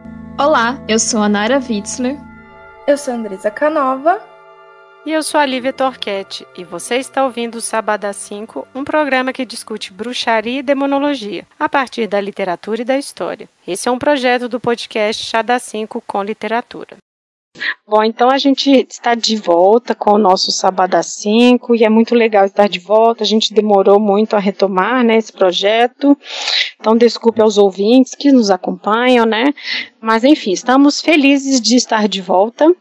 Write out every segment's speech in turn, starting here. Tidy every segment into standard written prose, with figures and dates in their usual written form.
Olá, eu sou a Nara Witzler. Eu sou a Andresa Canova. E eu sou a Lívia Torquete, e você está ouvindo o Sabadá 5, um programa que discute bruxaria e demonologia, a partir da literatura e da história. Esse é um projeto do podcast Chá da 5 com literatura. Bom, então a gente está de volta com o nosso Sabadá 5 e é muito legal estar de volta. A gente demorou muito a retomar, né, esse projeto. Então, desculpe aos ouvintes que nos acompanham, né? Mas, enfim, estamos felizes de estar de volta.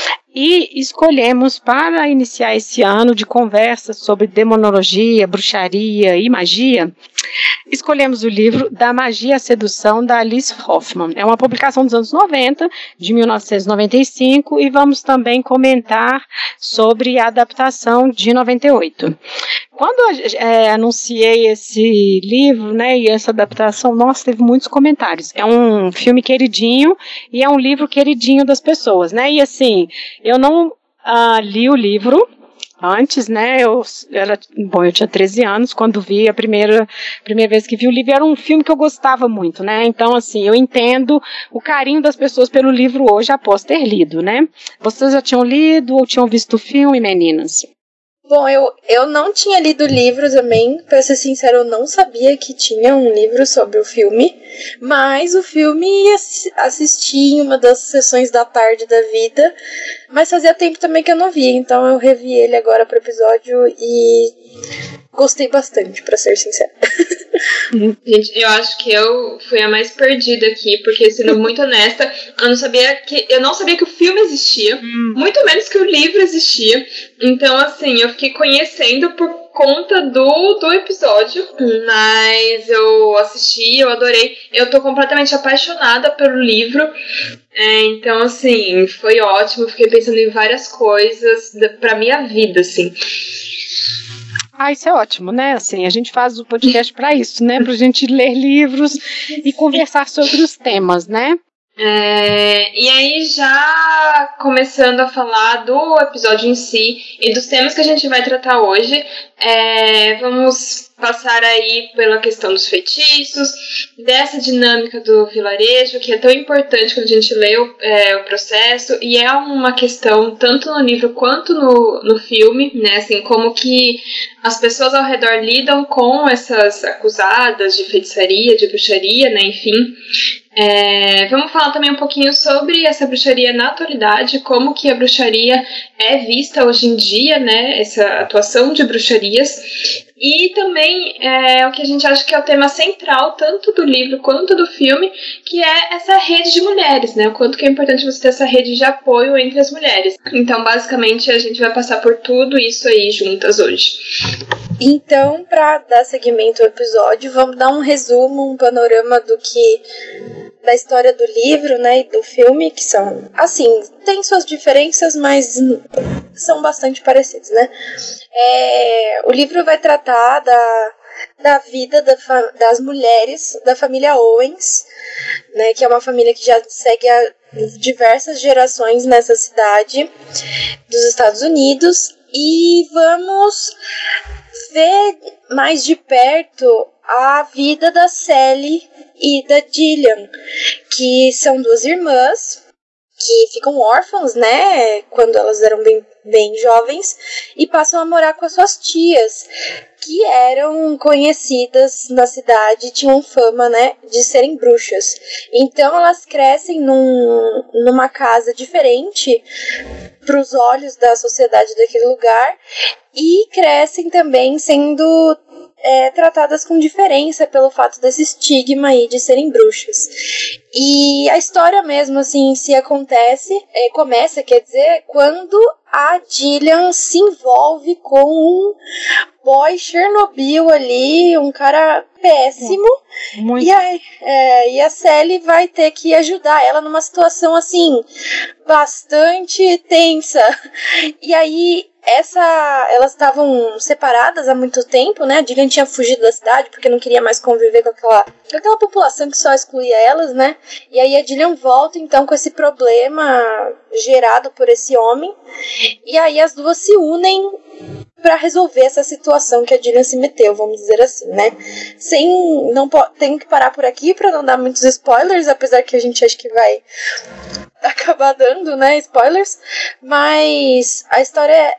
E escolhemos para iniciar esse ano de conversas sobre demonologia, bruxaria e magia, escolhemos o livro Da Magia à Sedução, da Alice Hoffman. É uma publicação dos anos 90, de 1995, e vamos também comentar sobre a adaptação de 98. Quando anunciei esse livro, né, e essa adaptação, nossa, teve muitos comentários. É um filme queridinho e é um livro queridinho das pessoas, né? E assim, eu não li o livro antes, né? Eu tinha 13 anos quando vi a primeira vez que vi o livro. Era um filme que eu gostava muito, né? Então, assim, eu entendo o carinho das pessoas pelo livro hoje após ter lido, né? Vocês já tinham lido ou tinham visto o filme, meninas? Bom, eu não tinha lido o livro também, pra ser sincero, eu não sabia que tinha um livro sobre o filme, mas o filme assisti em uma das sessões da tarde da vida, mas fazia tempo também que eu não via, então eu revi ele agora pro episódio e gostei bastante, pra ser sincero. Gente, eu acho que eu fui a mais perdida aqui, porque, sendo muito honesta, eu não sabia que o filme existia, muito menos que o livro existia. Então, assim, eu fiquei conhecendo por conta do episódio, mas eu assisti, eu adorei. Eu tô completamente apaixonada pelo livro. Então, assim, foi ótimo. Fiquei pensando em várias coisas pra minha vida, assim. Isso é ótimo, né? Assim, a gente faz o podcast para isso, né? Pra gente ler livros e conversar sobre os temas, né? E aí, já começando a falar do episódio em si e dos temas que a gente vai tratar hoje, vamos passar aí pela questão dos feitiços, dessa dinâmica do vilarejo, que é tão importante quando a gente lê o processo, e é uma questão tanto no livro quanto no filme, né, assim, como que as pessoas ao redor lidam com essas acusadas de feitiçaria, de bruxaria, né, enfim. Vamos falar também um pouquinho sobre essa bruxaria na atualidade, como que a bruxaria é vista hoje em dia, né, essa atuação de bruxarias, e também o que a gente acha que é o tema central, tanto do livro quanto do filme, que é essa rede de mulheres, né, o quanto que é importante você ter essa rede de apoio entre as mulheres. Então, basicamente, a gente vai passar por tudo isso aí juntas hoje. Então, para dar seguimento ao episódio, vamos dar um resumo, um panorama da história do livro, né, e do filme, que são, assim, tem suas diferenças, mas são bastante parecidos, né? O livro vai tratar da vida das mulheres da família Owens, né, que é uma família que já segue há diversas gerações nessa cidade dos Estados Unidos, e vamos ver mais de perto a vida da Sally e da Gillian, que são duas irmãs que ficam órfãos, né, quando elas eram bem jovens, e passam a morar com as suas tias, que eram conhecidas na cidade, tinham fama, né, de serem bruxas. Então elas crescem numa casa diferente para os olhos da sociedade daquele lugar, e crescem também sendo tratadas com diferença pelo fato desse estigma aí de serem bruxas. E a história mesmo, assim, começa, quer dizer, quando a Gillian se envolve com um boy Chernobyl ali, um cara péssimo, muito. E a Sally vai ter que ajudar ela numa situação, assim, bastante tensa. E aí elas estavam separadas há muito tempo, né? A Gillian tinha fugido da cidade porque não queria mais conviver com aquela população que só excluía elas, né? E aí a Gillian volta, então, com esse problema gerado por esse homem. E aí as duas se unem para resolver essa situação que a Gillian se meteu, vamos dizer assim, né? Tenho que parar por aqui para não dar muitos spoilers, apesar que a gente acha que vai acabar dando, né, spoilers, mas a história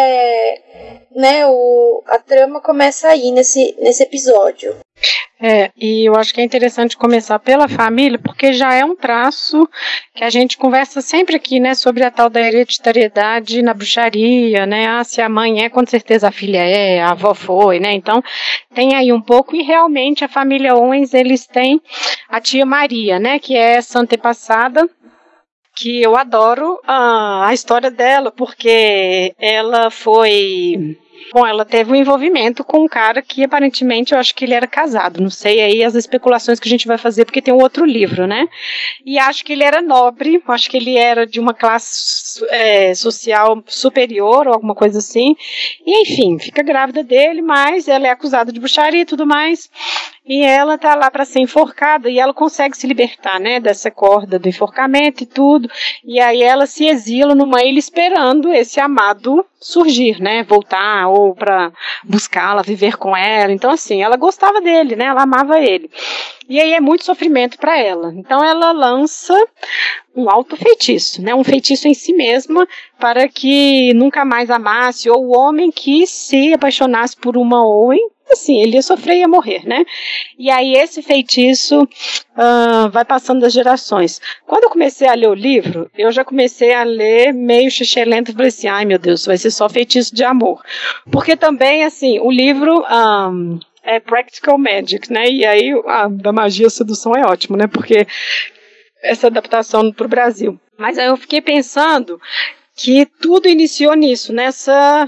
né, a trama começa aí nesse episódio. E eu acho que é interessante começar pela família, porque já é um traço que a gente conversa sempre aqui, né, sobre a tal da hereditariedade na bruxaria, né, se a mãe com certeza a filha a avó foi, né, então tem aí um pouco, e realmente a família Owens, eles têm a tia Maria, né, que é essa antepassada, que eu adoro a história dela, porque ela foi... Bom, ela teve um envolvimento com um cara que aparentemente eu acho que ele era casado, não sei aí as especulações que a gente vai fazer, porque tem um outro livro, né? E acho que ele era nobre, acho que ele era de uma classe social superior ou alguma coisa assim, e enfim, fica grávida dele, mas ela é acusada de bruxaria e tudo mais, e ela tá lá para ser enforcada, e ela consegue se libertar, né, dessa corda do enforcamento e tudo, e aí ela se exila numa ilha esperando esse amado surgir, né, voltar ou para buscá-la, viver com ela. Então assim, ela gostava dele, né, ela amava ele. E aí é muito sofrimento para ela. Então ela lança um auto-feitiço, né, um feitiço em si mesma para que nunca mais amasse, ou o homem que se apaixonasse por uma Owen, assim, ele ia sofrer e ia morrer, né? E aí esse feitiço vai passando das gerações. Quando eu comecei a ler o livro, eu já comecei a ler meio xixelento e falei assim, ai meu Deus, vai ser só feitiço de amor. Porque também, assim, o livro... é Practical Magic, né? E aí a da magia sedução é ótimo, né? Porque essa adaptação para o Brasil. Mas aí eu fiquei pensando que tudo iniciou nisso, nessa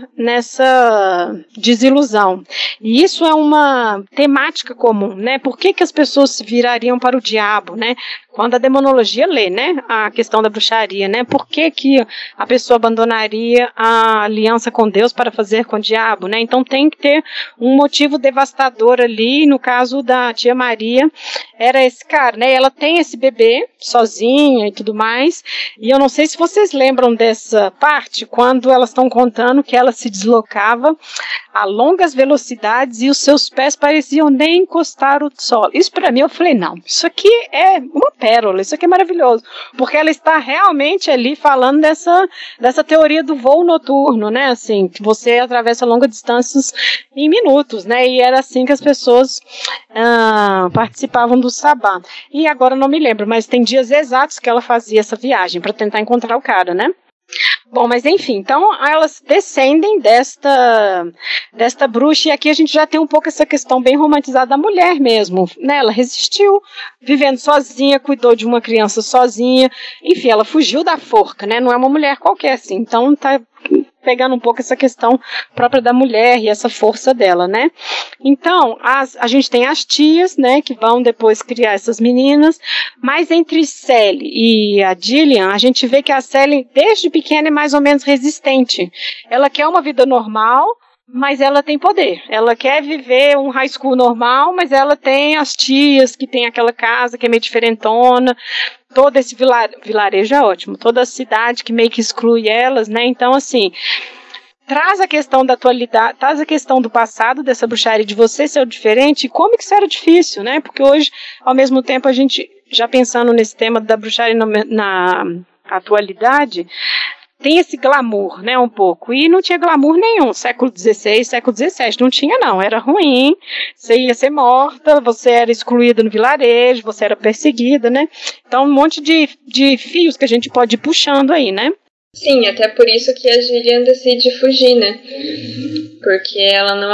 desilusão. E isso é uma temática comum, né? Por que as pessoas se virariam para o diabo, né? Quando a demonologia lê, né, a questão da bruxaria, né, por que a pessoa abandonaria a aliança com Deus para fazer com o diabo, né, então tem que ter um motivo devastador ali, no caso da tia Maria, era esse cara, né, ela tem esse bebê, sozinha e tudo mais, e eu não sei se vocês lembram dessa parte, quando elas estão contando que ela se deslocava a longas velocidades e os seus pés pareciam nem encostar o solo. Isso para mim, eu falei, não, isso aqui é uma pérola, isso aqui é maravilhoso, porque ela está realmente ali falando dessa teoria do voo noturno, né, assim, que você atravessa longas distâncias em minutos, né, e era assim que as pessoas participavam do sabá. E agora eu não me lembro, mas tem dias exatos que ela fazia essa viagem para tentar encontrar o cara, né. Bom, mas enfim, então elas descendem desta bruxa, e aqui a gente já tem um pouco essa questão bem romantizada da mulher mesmo, né, ela resistiu, vivendo sozinha, cuidou de uma criança sozinha, enfim, ela fugiu da forca, né, não é uma mulher qualquer, assim, então tá pegando um pouco essa questão própria da mulher e essa força dela, né. Então, a gente tem as tias, né, que vão depois criar essas meninas, mas entre Sally e a Gillian, a gente vê que a Sally, desde pequena, é mais ou menos resistente. Ela quer uma vida normal, mas ela tem poder. Ela quer viver um high school normal, mas ela tem as tias que tem aquela casa que é meio diferentona, todo esse vilarejo é ótimo, toda a cidade que meio que exclui elas, né, então assim, traz a questão da atualidade, traz a questão do passado dessa bruxaria, de você ser o diferente, e como que isso era difícil, né, porque hoje, ao mesmo tempo, a gente, já pensando nesse tema da bruxaria na atualidade, tem esse glamour, né, um pouco, e não tinha glamour nenhum, século XVI, século XVII, não tinha não, era ruim, você ia ser morta, você era excluída no vilarejo, você era perseguida, né, então um monte de fios que a gente pode ir puxando aí, né. Sim, até por isso que a Gillian decide fugir, né? Porque ela não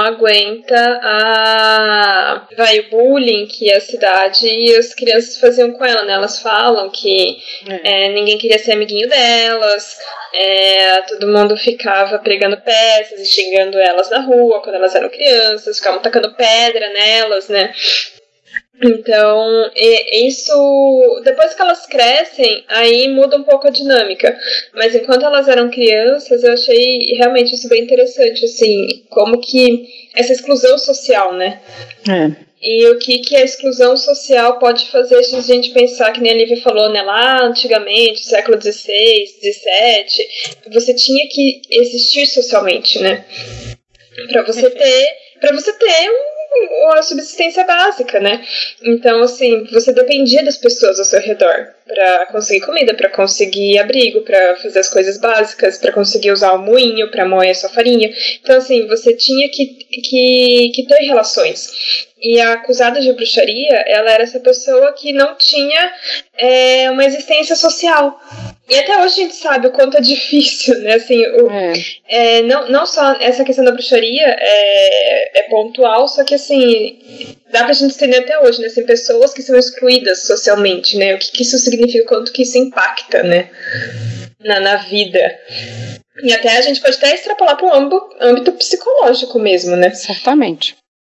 aguenta o bullying que a cidade e as crianças faziam com ela, né? Elas falam que ninguém queria ser amiguinho delas, todo mundo ficava pregando peças e xingando elas na rua quando elas eram crianças, ficavam tacando pedra nelas, né? Então, isso, depois que elas crescem, aí muda um pouco a dinâmica. Mas enquanto elas eram crianças, eu achei realmente isso bem interessante, assim, como que essa exclusão social, né? E o que a exclusão social pode fazer a gente pensar, que nem a Lívia falou, né, lá antigamente, século XVI, XVII, você tinha que existir socialmente, né? Para você ter uma subsistência básica, né? Então, assim, você dependia das pessoas ao seu redor para conseguir comida, para conseguir abrigo, para fazer as coisas básicas, para conseguir usar o moinho, para moer a sua farinha. Então, assim, você tinha que ter relações. E a acusada de bruxaria, ela era essa pessoa que não tinha uma existência social. E até hoje a gente sabe o quanto é difícil, né? Assim, não só essa questão da bruxaria é pontual, só que assim, dá pra gente entender até hoje, né? Assim, pessoas que são excluídas socialmente, né? O que isso significa, o quanto que isso impacta, né? Na vida. E até a gente pode até extrapolar para um âmbito psicológico mesmo, né? Certamente.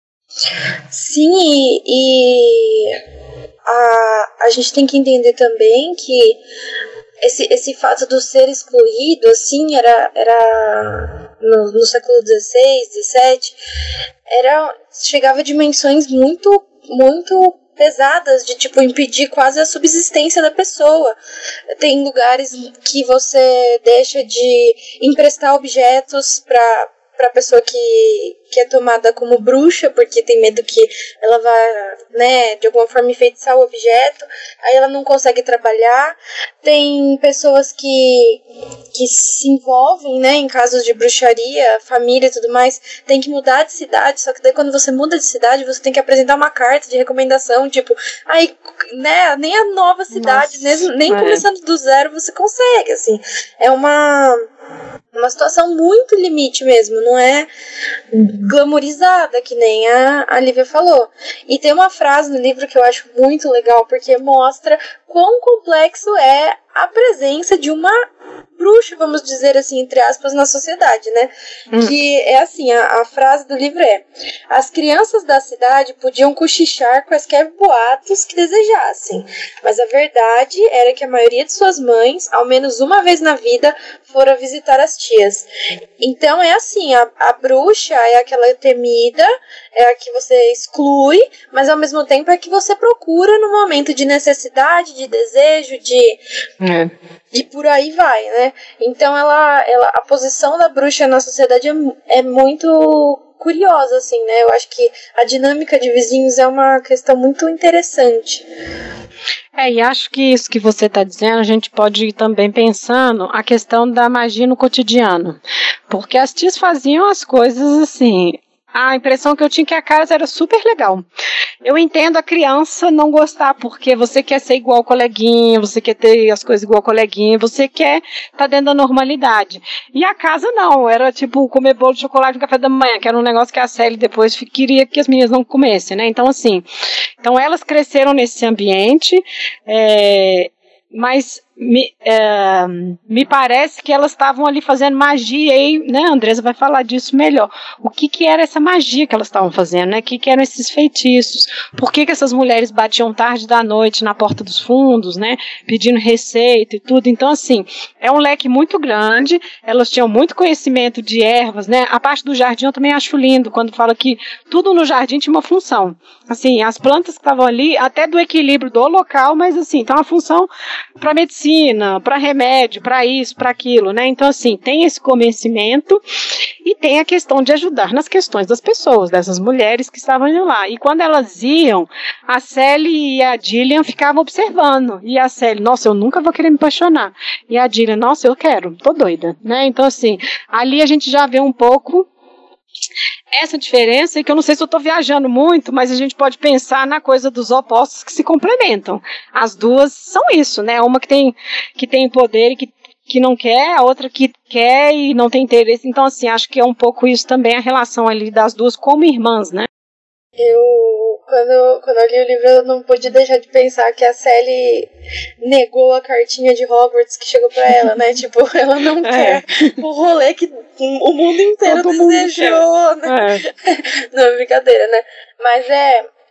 Sim, e a gente tem que entender também que esse fato do ser excluído, assim, era no século XVI, XVII, chegava a dimensões muito, muito pesadas de, tipo, impedir quase a subsistência da pessoa. Tem lugares que você deixa de emprestar objetos para pessoa que é tomada como bruxa, porque tem medo que ela vá, né, de alguma forma enfeitiçar o objeto, aí ela não consegue trabalhar. Tem pessoas que se envolvem, né, em casos de bruxaria, família e tudo mais, tem que mudar de cidade, só que daí quando você muda de cidade, você tem que apresentar uma carta de recomendação, tipo, aí, né, nem a nova cidade, nem começando do zero você consegue, assim. É uma situação muito limite mesmo, não é glamourizada, que nem a Lívia falou. E tem uma frase no livro que eu acho muito legal, porque mostra quão complexo é a presença de uma bruxa, vamos dizer assim, entre aspas, na sociedade, né? Que é assim, a frase do livro é: as crianças da cidade podiam cochichar quaisquer boatos que desejassem, mas a verdade era que a maioria de suas mães, ao menos uma vez na vida, fora visitar as tias. Então é assim, a bruxa é aquela temida, é a que você exclui, mas ao mesmo tempo é a que você procura no momento de necessidade, de desejo, e por aí vai, né? Então a posição da bruxa na sociedade é muito curiosa, assim, né? Eu acho que a dinâmica de vizinhos é uma questão muito interessante. E acho que isso que você está dizendo, a gente pode ir também pensando a questão da magia no cotidiano. Porque as tias faziam as coisas assim. A impressão que eu tinha que a casa era super legal. Eu entendo a criança não gostar, porque você quer ser igual ao coleguinha, você quer ter as coisas igual ao coleguinha, você quer estar dentro da normalidade. E a casa não, era tipo comer bolo de chocolate no café da manhã, que era um negócio que a Sally depois queria que as meninas não comessem, né? Então, assim, elas cresceram nesse ambiente, mas me parece que elas estavam ali fazendo magia, e, né, a Andresa vai falar disso melhor. O que era essa magia que elas estavam fazendo, né? O que eram esses feitiços? Por que essas mulheres batiam tarde da noite na porta dos fundos, né? Pedindo receita e tudo. Então, assim, é um leque muito grande, elas tinham muito conhecimento de ervas, né? A parte do jardim eu também acho lindo, quando fala que tudo no jardim tinha uma função. Assim, as plantas que estavam ali, até do equilíbrio do local, mas assim, tem uma função para medicina, para remédio, para isso, para aquilo, né? Então, assim, tem esse conhecimento e tem a questão de ajudar nas questões das pessoas, dessas mulheres que estavam indo lá. E quando elas iam, a Sally e a Gillian ficavam observando. E a Sally, nossa, eu nunca vou querer me apaixonar. E a Gillian, nossa, eu quero, tô doida, né? Então, assim, ali a gente já vê um pouco essa diferença, que eu não sei se eu estou viajando muito, mas a gente pode pensar na coisa dos opostos que se complementam. As duas são isso, né? Uma que tem poder e que não quer, a outra que quer e não tem interesse. Então, assim, acho que é um pouco isso também, a relação ali das duas como irmãs, né? Quando eu li o livro, eu não pude deixar de pensar que a Sally negou a cartinha de Hogwarts que chegou pra ela, né? Tipo, ela não quer o rolê que o mundo inteiro desejou, né? Não, é brincadeira, né? Mas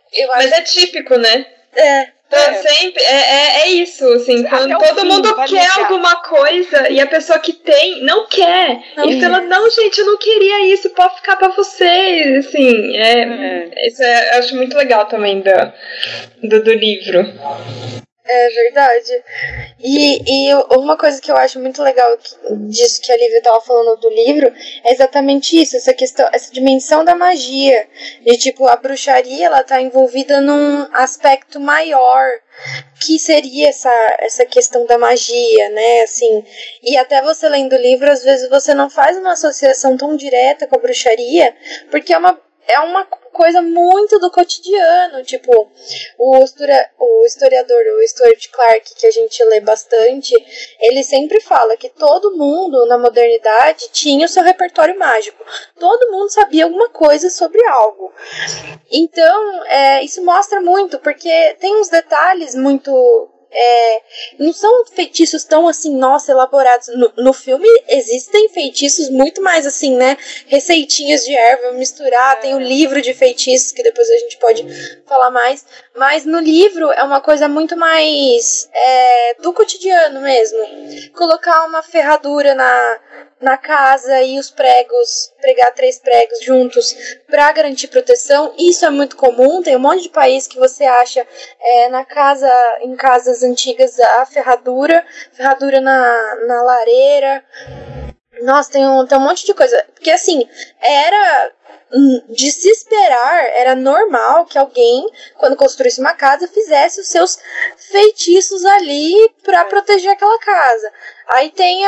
Mas é típico, né? Sempre é isso, assim, quando todo mundo quer alguma coisa e a pessoa que tem não quer. E fala, não, gente, eu não queria isso, pode ficar pra vocês, assim, isso eu acho muito legal também do livro. É verdade. E uma coisa que eu acho muito legal disso que a Lívia estava falando do livro é exatamente isso, essa questão, essa dimensão da magia. E tipo, a bruxaria, ela tá envolvida num aspecto maior, que seria essa questão da magia, né? Assim, e até você lendo o livro, às vezes você não faz uma associação tão direta com a bruxaria, porque é uma coisa muito do cotidiano, tipo, o historiador, o Stuart Clark, que a gente lê bastante, ele sempre fala que todo mundo na modernidade tinha o seu repertório mágico, todo mundo sabia alguma coisa sobre algo. Então, isso mostra muito, porque tem uns detalhes muito... não são feitiços tão assim, nossa, elaborados. No filme existem feitiços muito mais assim, né? Receitinhas de erva misturar, tem o livro de feitiços, que depois a gente pode falar mais. Mas no livro é uma coisa muito mais do cotidiano mesmo. Colocar uma ferradura na casa e os pregos, pregar 3 pregos juntos para garantir proteção, isso é muito comum. Tem um monte de país que você acha em casas antigas a ferradura na lareira. Nossa, tem um monte de coisa, porque assim, era de se esperar, era normal que alguém, quando construísse uma casa, fizesse os seus feitiços ali para proteger aquela casa. Aí tem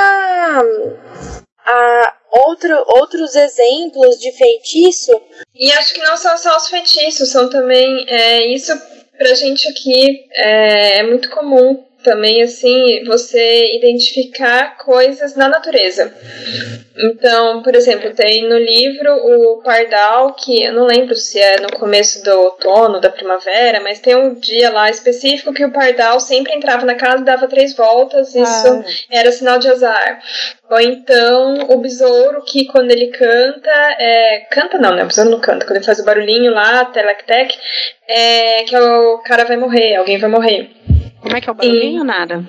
outros exemplos de feitiço. E acho que não são só os feitiços, são também isso pra gente aqui é muito comum também, assim, você identificar coisas na natureza. Então, por exemplo, tem no livro o pardal, que eu não lembro se é no começo do outono, da primavera, mas tem um dia lá específico que o pardal sempre entrava na casa e dava 3 voltas, isso era sinal de azar. Ou então o besouro, que quando ele canta não, né? O besouro não canta, quando ele faz o barulhinho lá, telectec, que o cara vai morrer, alguém vai morrer. Como é que é o barulhinho? Nada.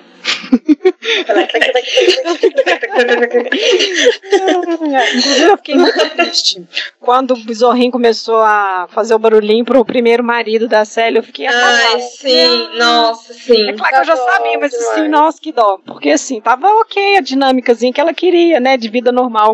Inclusive eu fiquei muito triste quando o Besorrinho começou a fazer o barulhinho pro primeiro marido da Célia. Eu fiquei Ai, sim, nossa, sim. É claro que eu já sabia, mas assim, nossa, que dó. Porque assim, tava ok a dinâmicazinha que ela queria, né, de vida normal.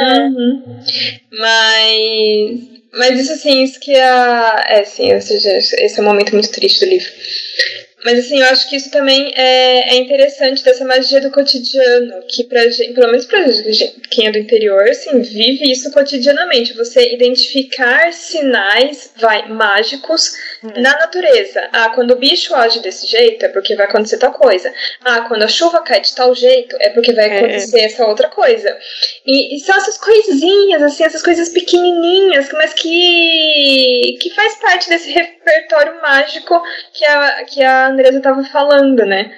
Mas isso assim, isso que esse é um momento muito triste do livro. Mas assim, eu acho que isso também é interessante, dessa magia do cotidiano, que pelo menos pra quem é do interior, assim, vive isso cotidianamente. Você identificar sinais, mágicos na natureza. Quando o bicho age desse jeito, é porque vai acontecer tal coisa. Quando a chuva cai de tal jeito, é porque vai acontecer essa outra coisa. E são essas coisinhas, assim, essas coisas pequenininhas, mas que faz parte desse repertório mágico que a Andresa estava falando, né?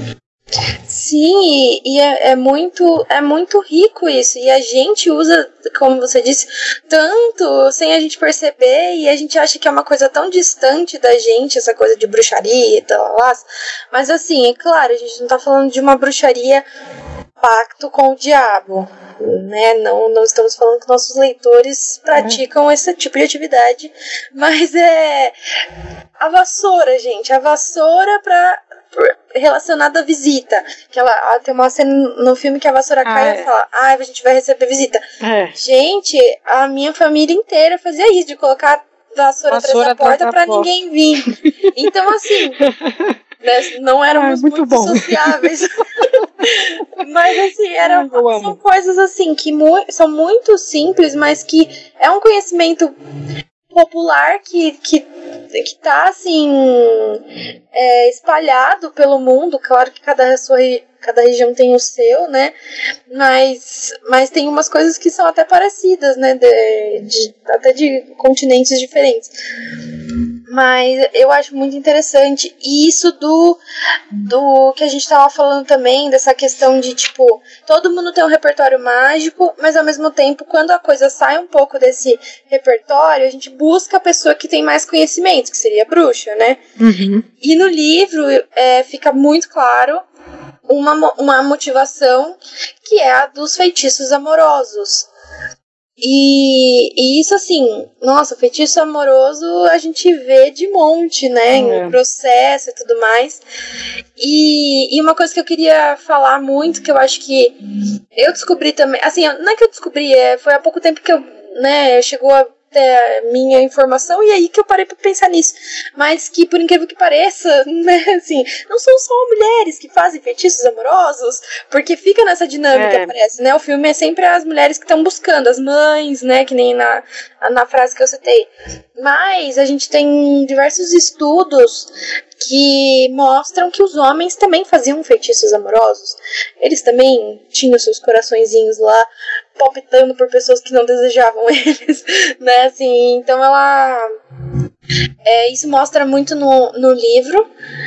Sim, e é muito rico isso, e a gente usa, como você disse, tanto sem a gente perceber, e a gente acha que é uma coisa tão distante da gente, essa coisa de bruxaria e tal, mas assim, é claro, a gente não tá falando de uma bruxaria pacto com o diabo, né? Não estamos falando que nossos leitores praticam esse tipo de atividade, mas a vassoura, gente, a vassoura relacionada à visita, que ela tem uma cena no filme que a vassoura cai e fala, a gente vai receber visita. Gente, a minha família inteira fazia isso, de colocar vassoura atrás da porta pra ninguém vir. Então, assim, não éramos muito sociáveis. Mas assim, são coisas assim que são muito simples, mas que é um conhecimento popular que tá assim espalhado pelo mundo. Claro que cada região tem o seu, né? Mas tem umas coisas que são até parecidas, né? Até de continentes diferentes. Mas eu acho muito interessante. E isso do que a gente tava falando também, dessa questão de, tipo, todo mundo tem um repertório mágico, mas ao mesmo tempo, quando a coisa sai um pouco desse repertório, a gente busca a pessoa que tem mais conhecimento, que seria a bruxa, né? Uhum. E no livro fica muito claro uma motivação que é a dos feitiços amorosos. E isso, assim, nossa, feitiço amoroso a gente vê de monte, né, em processo e tudo mais. E uma coisa que eu queria falar muito, que eu acho que eu descobri também, assim, não é que eu descobri, foi há pouco tempo que chegou até a minha informação, e aí que eu parei pra pensar nisso. Mas que, por incrível que pareça, né, assim, não são só mulheres que fazem feitiços amorosos, porque fica nessa dinâmica, parece, né? O filme é sempre as mulheres que estão buscando, as mães, né, que nem na frase que eu citei. Mas a gente tem diversos estudos que mostram que os homens também faziam feitiços amorosos. Eles também tinham seus coraçõezinhos lá palpitando por pessoas que não desejavam eles, né, assim, então isso mostra muito no livro,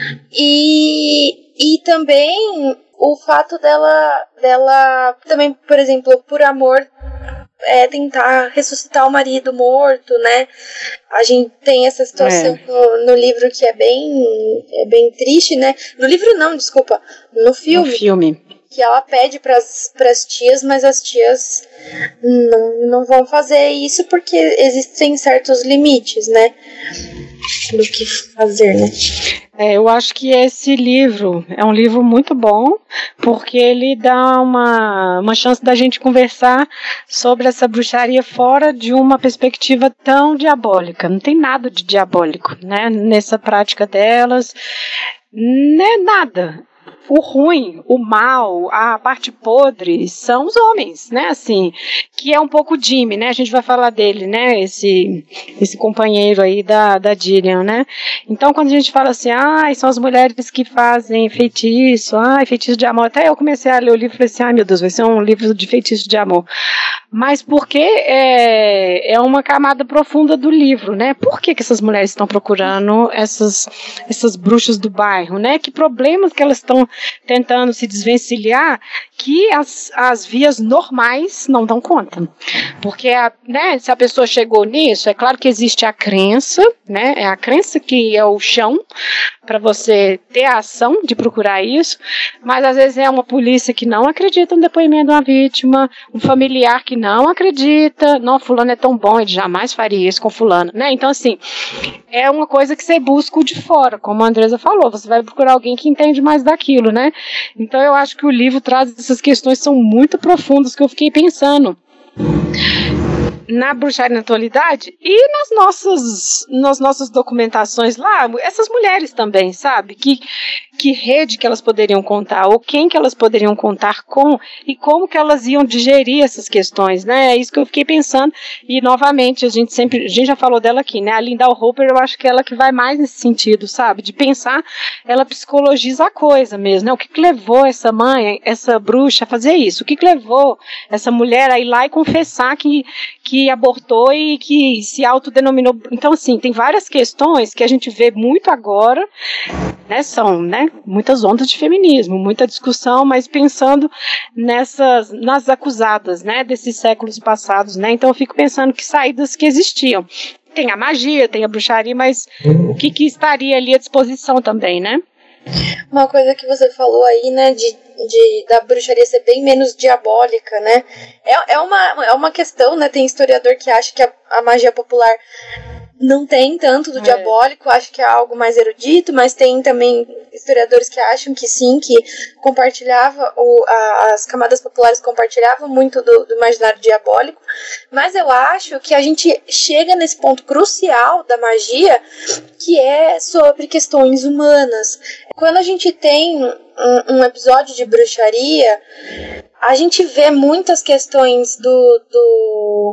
e também o fato dela também, por exemplo, por amor, tentar ressuscitar o marido morto, né? A gente tem essa situação no livro que é bem triste, né? No livro não, desculpa, no filme. No filme. Que ela pede pras tias, mas as tias não vão fazer isso porque existem certos limites, né? Do que fazer, né? Eu acho que esse livro é um livro muito bom, porque ele dá uma chance da gente conversar sobre essa bruxaria fora de uma perspectiva tão diabólica. Não tem nada de diabólico, né, nessa prática delas, né, nada. O ruim, o mal, a parte podre são os homens, né, assim, que é um pouco Jimmy, né, a gente vai falar dele, né, esse companheiro aí da Gillian, né. Então, quando a gente fala assim, são as mulheres que fazem feitiço, feitiço de amor, até eu comecei a ler o livro e falei assim, meu Deus, vai ser um livro de feitiço de amor. Mas porque é uma camada profunda do livro, né? Por que essas mulheres estão procurando essas bruxas do bairro, né? Que problemas que elas estão tentando se desvencilhar que as vias normais não dão conta. Porque, né, se a pessoa chegou nisso, é claro que existe a crença, né? É a crença que é o chão para você ter a ação de procurar isso, mas às vezes é uma polícia que não acredita no depoimento de uma vítima, um familiar que não acredita, não, fulano é tão bom, ele jamais faria isso com fulano, né? Então, assim, é uma coisa que você busca o de fora, como a Andresa falou, você vai procurar alguém que entende mais daquilo, né? Então, eu acho que o livro traz essas questões que são muito profundas, que eu fiquei pensando na bruxaria na atualidade e nas nossas documentações lá, essas mulheres também, sabe? Que rede que elas poderiam contar, ou quem que elas poderiam contar com, e como que elas iam digerir essas questões, né? É isso que eu fiquei pensando, e novamente, a gente já falou dela aqui, né? A Linda Hopper, eu acho que é ela que vai mais nesse sentido, sabe? De pensar, ela psicologiza a coisa mesmo, né? O que levou essa mãe, essa bruxa a fazer isso? O que levou essa mulher a ir lá e confessar que abortou e que se autodenominou? Então, assim, tem várias questões que a gente vê muito agora, né? São, né? Muitas ondas de feminismo, muita discussão, mas pensando nas acusadas, né, desses séculos passados, né, então eu fico pensando que saídas que existiam, tem a magia, tem a bruxaria, mas o que estaria ali à disposição também, né? Uma coisa que você falou aí, né, da bruxaria ser bem menos diabólica, né, é uma questão, né, tem historiador que acha que a magia popular não tem tanto do diabólico, acho que é algo mais erudito, mas tem também historiadores que acham que sim, que compartilhava, as camadas populares compartilhavam muito do imaginário diabólico, mas eu acho que a gente chega nesse ponto crucial da magia, que é sobre questões humanas. Quando a gente tem um episódio de bruxaria, a gente vê muitas questões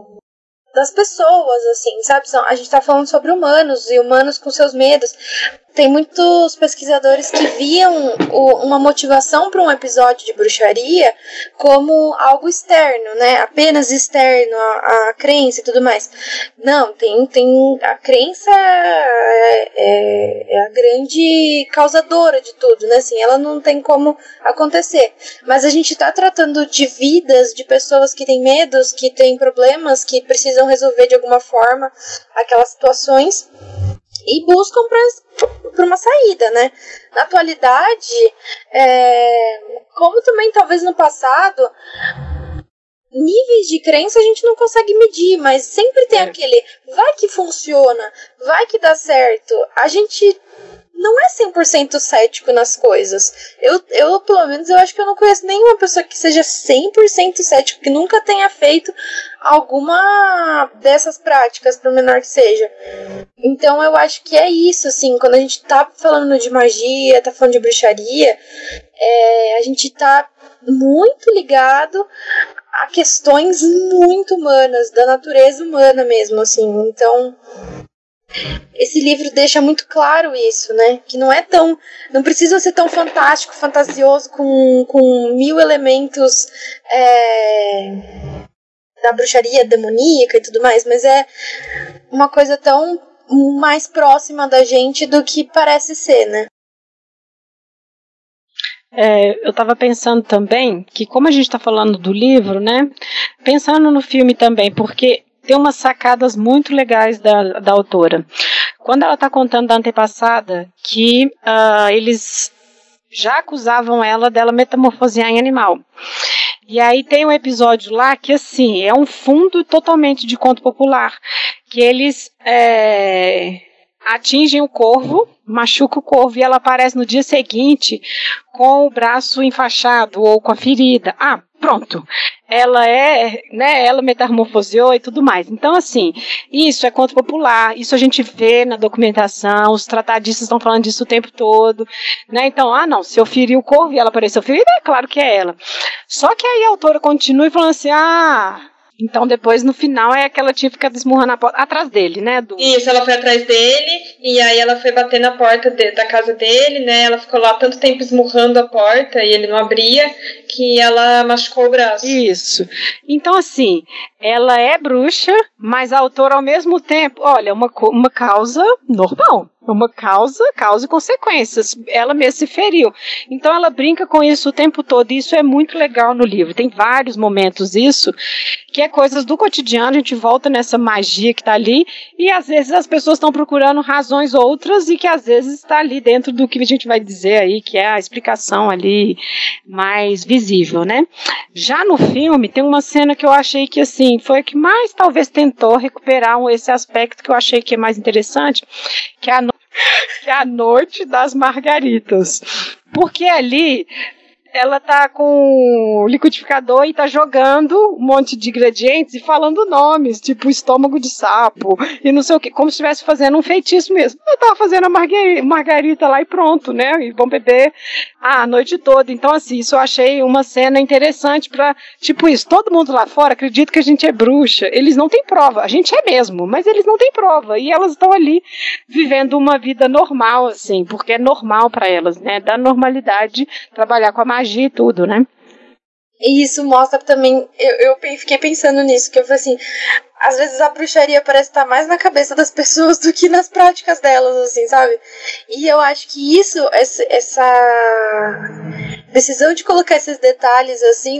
das pessoas, assim, sabe? A gente tá falando sobre humanos, e humanos com seus medos. tem muitos pesquisadores que viam uma motivação para um episódio de bruxaria como algo externo, né? Apenas externo, a crença e tudo mais. Não, tem a crença é a grande causadora de tudo, né? Assim, ela não tem como acontecer. Mas a gente está tratando de vidas, de pessoas que têm medos, que têm problemas, que precisam resolver de alguma forma aquelas situações e buscam por uma saída, né? Na atualidade, como também talvez no passado, níveis de crença a gente não consegue medir, mas sempre tem aquele, vai que funciona, vai que dá certo. A gente não é 100% cético nas coisas. Eu, pelo menos, eu acho que eu não conheço nenhuma pessoa que seja 100% cético, que nunca tenha feito alguma dessas práticas, por menor que seja. Então, eu acho que é isso, assim, quando a gente tá falando de magia, tá falando de bruxaria, a gente tá muito ligado a questões muito humanas, da natureza humana mesmo, assim. Então, esse livro deixa muito claro isso, né? Que não precisa ser tão fantástico, fantasioso, com 1000 elementos da bruxaria demoníaca e tudo mais, mas é uma coisa tão mais próxima da gente do que parece ser, né? Eu estava pensando também que, como a gente está falando do livro, né? Pensando no filme também, porque tem umas sacadas muito legais da autora. Quando ela está contando da antepassada que eles já acusavam ela dela metamorfosear em animal. E aí tem um episódio lá que, assim, é um fundo totalmente de conto popular, que eles atingem o corvo, machuca o corvo e ela aparece no dia seguinte com o braço enfaixado ou com a ferida. Pronto. Ela ela metamorfoseou e tudo mais. Então, assim, isso é conto popular, isso a gente vê na documentação, os tratadistas estão falando disso o tempo todo, né? Então, não, se eu feri o corvo e ela apareceu ferida, é claro que é ela. Só que aí a autora continua falando assim, então depois no final é aquela tia fica esmurrando a porta atrás dele, né? Isso, ela foi atrás dele e aí ela foi bater na porta da casa dele, né? Ela ficou lá tanto tempo esmurrando a porta e ele não abria que ela machucou o braço. Isso. Então, assim, ela é bruxa, mas a autora ao mesmo tempo, olha, uma causa normal. Uma causa e consequências. Ela mesma se feriu. Então ela brinca com isso o tempo todo. E isso é muito legal no livro. Tem vários momentos isso, que é coisas do cotidiano. A gente volta nessa magia que está ali. E às vezes as pessoas estão procurando razões outras e que às vezes está ali dentro do que a gente vai dizer aí, que é a explicação ali mais visível, né? Já no filme tem uma cena que eu achei que assim, foi a que mais talvez tentou recuperar esse aspecto que eu achei que é mais interessante, que é a Noite das Margaritas. Porque ali ela tá com o liquidificador e tá jogando um monte de ingredientes e falando nomes, tipo estômago de sapo e não sei o que, como se estivesse fazendo um feitiço mesmo. Eu tava fazendo a margarita lá e pronto, né? E vão beber a noite toda. Então, assim, isso eu achei uma cena interessante pra, tipo isso, todo mundo lá fora acredita que a gente é bruxa. Eles não têm prova. A gente é mesmo, mas eles não têm prova. E elas estão ali vivendo uma vida normal, assim, porque é normal pra elas, né? Da normalidade trabalhar com a magia e tudo, né? E isso mostra também, eu fiquei pensando nisso, que eu falei assim, às vezes a bruxaria parece estar mais na cabeça das pessoas do que nas práticas delas, assim, sabe? E eu acho que essa decisão de colocar esses detalhes, assim,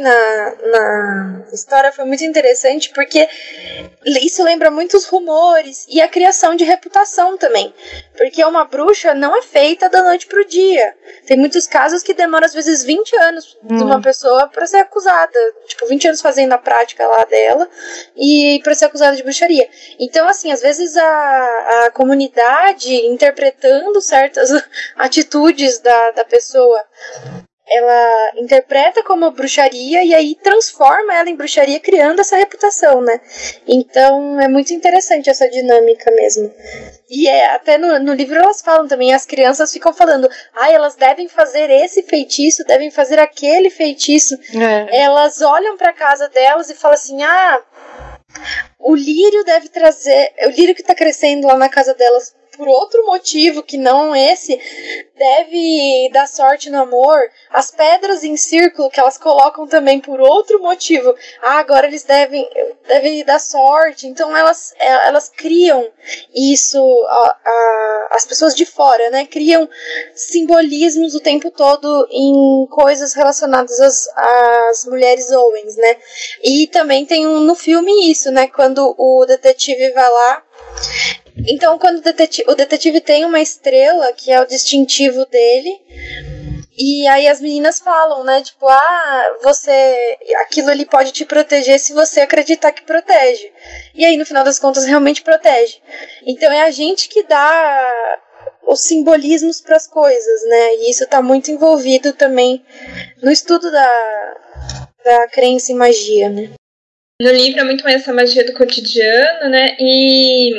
na história foi muito interessante, porque isso lembra muitos rumores e a criação de reputação também. Porque uma bruxa não é feita da noite pro dia. Tem muitos casos que demoram, às vezes, 20 anos de uma pessoa para ser acusada. Tipo, 20 anos fazendo a prática lá dela e para ser acusada de bruxaria. Então, assim, às vezes a comunidade, interpretando certas atitudes da pessoa, ela interpreta como bruxaria e aí transforma ela em bruxaria, criando essa reputação, né? Então é muito interessante essa dinâmica mesmo. E até no livro elas falam também, as crianças ficam falando, elas devem fazer esse feitiço, devem fazer aquele feitiço. Elas olham pra casa delas e falam assim, o lírio deve trazer, o lírio que tá crescendo lá na casa delas por outro motivo que não esse, deve dar sorte no amor. As pedras em círculo que elas colocam também por outro motivo. Agora eles devem dar sorte. Então elas criam isso, as pessoas de fora, né? Criam simbolismos o tempo todo em coisas relacionadas às mulheres Owens, né? E também tem no filme isso, né? Quando o detetive vai lá. Então, quando o detetive tem uma estrela, que é o distintivo dele, e aí as meninas falam, né, tipo, aquilo ali pode te proteger se você acreditar que protege. E aí, no final das contas, realmente protege. Então, é a gente que dá os simbolismos para as coisas, né, e isso está muito envolvido também no estudo da crença em magia, né. No livro é muito mais essa magia do cotidiano, né, e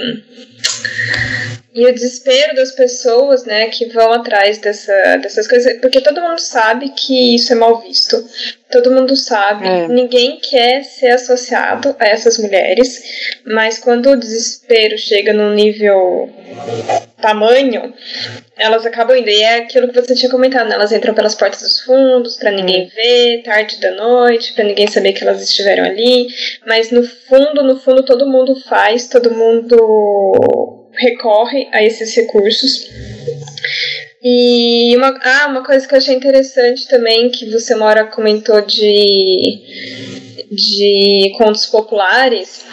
o desespero das pessoas, né, que vão atrás dessas coisas, porque todo mundo sabe que isso é mal visto, todo mundo sabe, ninguém quer ser associado a essas mulheres, mas quando o desespero chega num nível tamanho, elas acabam indo, e é aquilo que você tinha comentado, né? Elas entram pelas portas dos fundos, pra ninguém ver, tarde da noite, pra ninguém saber que elas estiveram ali, mas no fundo todo mundo faz, todo mundo recorre a esses recursos. E uma coisa que eu achei interessante também, que você uma hora comentou de contos populares,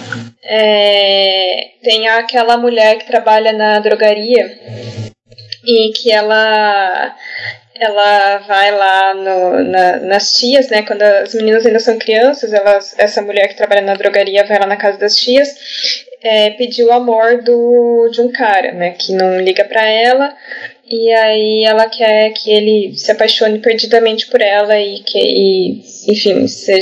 tem aquela mulher que trabalha na drogaria e que ela vai lá nas tias, né, quando as meninas ainda são crianças, essa mulher que trabalha na drogaria vai lá na casa das tias, pedir o amor de um cara, né, que não liga pra ela, e aí ela quer que ele se apaixone perdidamente por ela e enfim,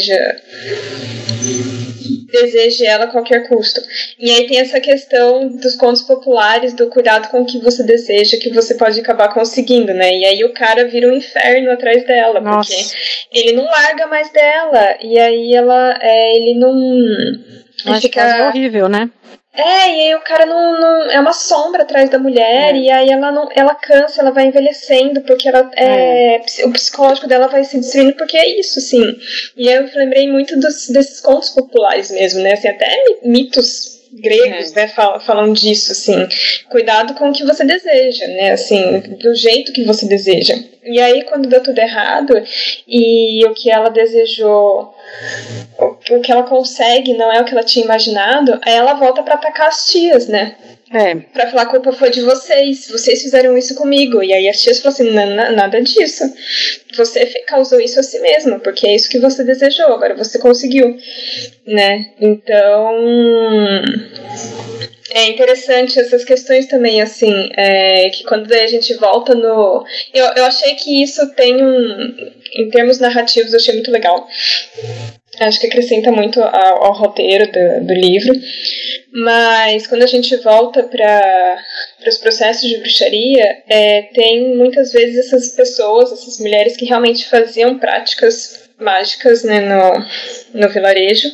deseje ela a qualquer custo. E aí tem essa questão dos contos populares, do cuidado com o que você deseja, que você pode acabar conseguindo, né? E aí o cara vira um inferno atrás dela, Nossa. Porque ele não larga mais dela, e aí ele não... Acho que é horrível, né? E aí o cara não é uma sombra atrás da mulher, e aí ela cansa, ela vai envelhecendo, porque o psicológico dela vai se destruindo, porque é isso, assim. E eu lembrei muito desses contos populares mesmo, né? Assim, até mitos gregos, né, falam disso, assim, cuidado com o que você deseja, né, assim, do jeito que você deseja. E aí, quando deu tudo errado, e o que ela desejou, o que ela consegue não é o que ela tinha imaginado, aí ela volta pra atacar as tias, né, pra falar, a culpa foi de vocês fizeram isso comigo. E aí as tias falam assim, nada disso, você causou isso a si mesmo, porque é isso que você desejou, agora você conseguiu, né. Então é interessante essas questões também, assim, que quando a gente volta no... Eu achei que isso tem em termos narrativos, eu achei muito legal. Acho que acrescenta muito ao roteiro do livro. Mas quando a gente volta para os processos de bruxaria, tem muitas vezes essas pessoas, essas mulheres que realmente faziam práticas mágicas, né, no vilarejo.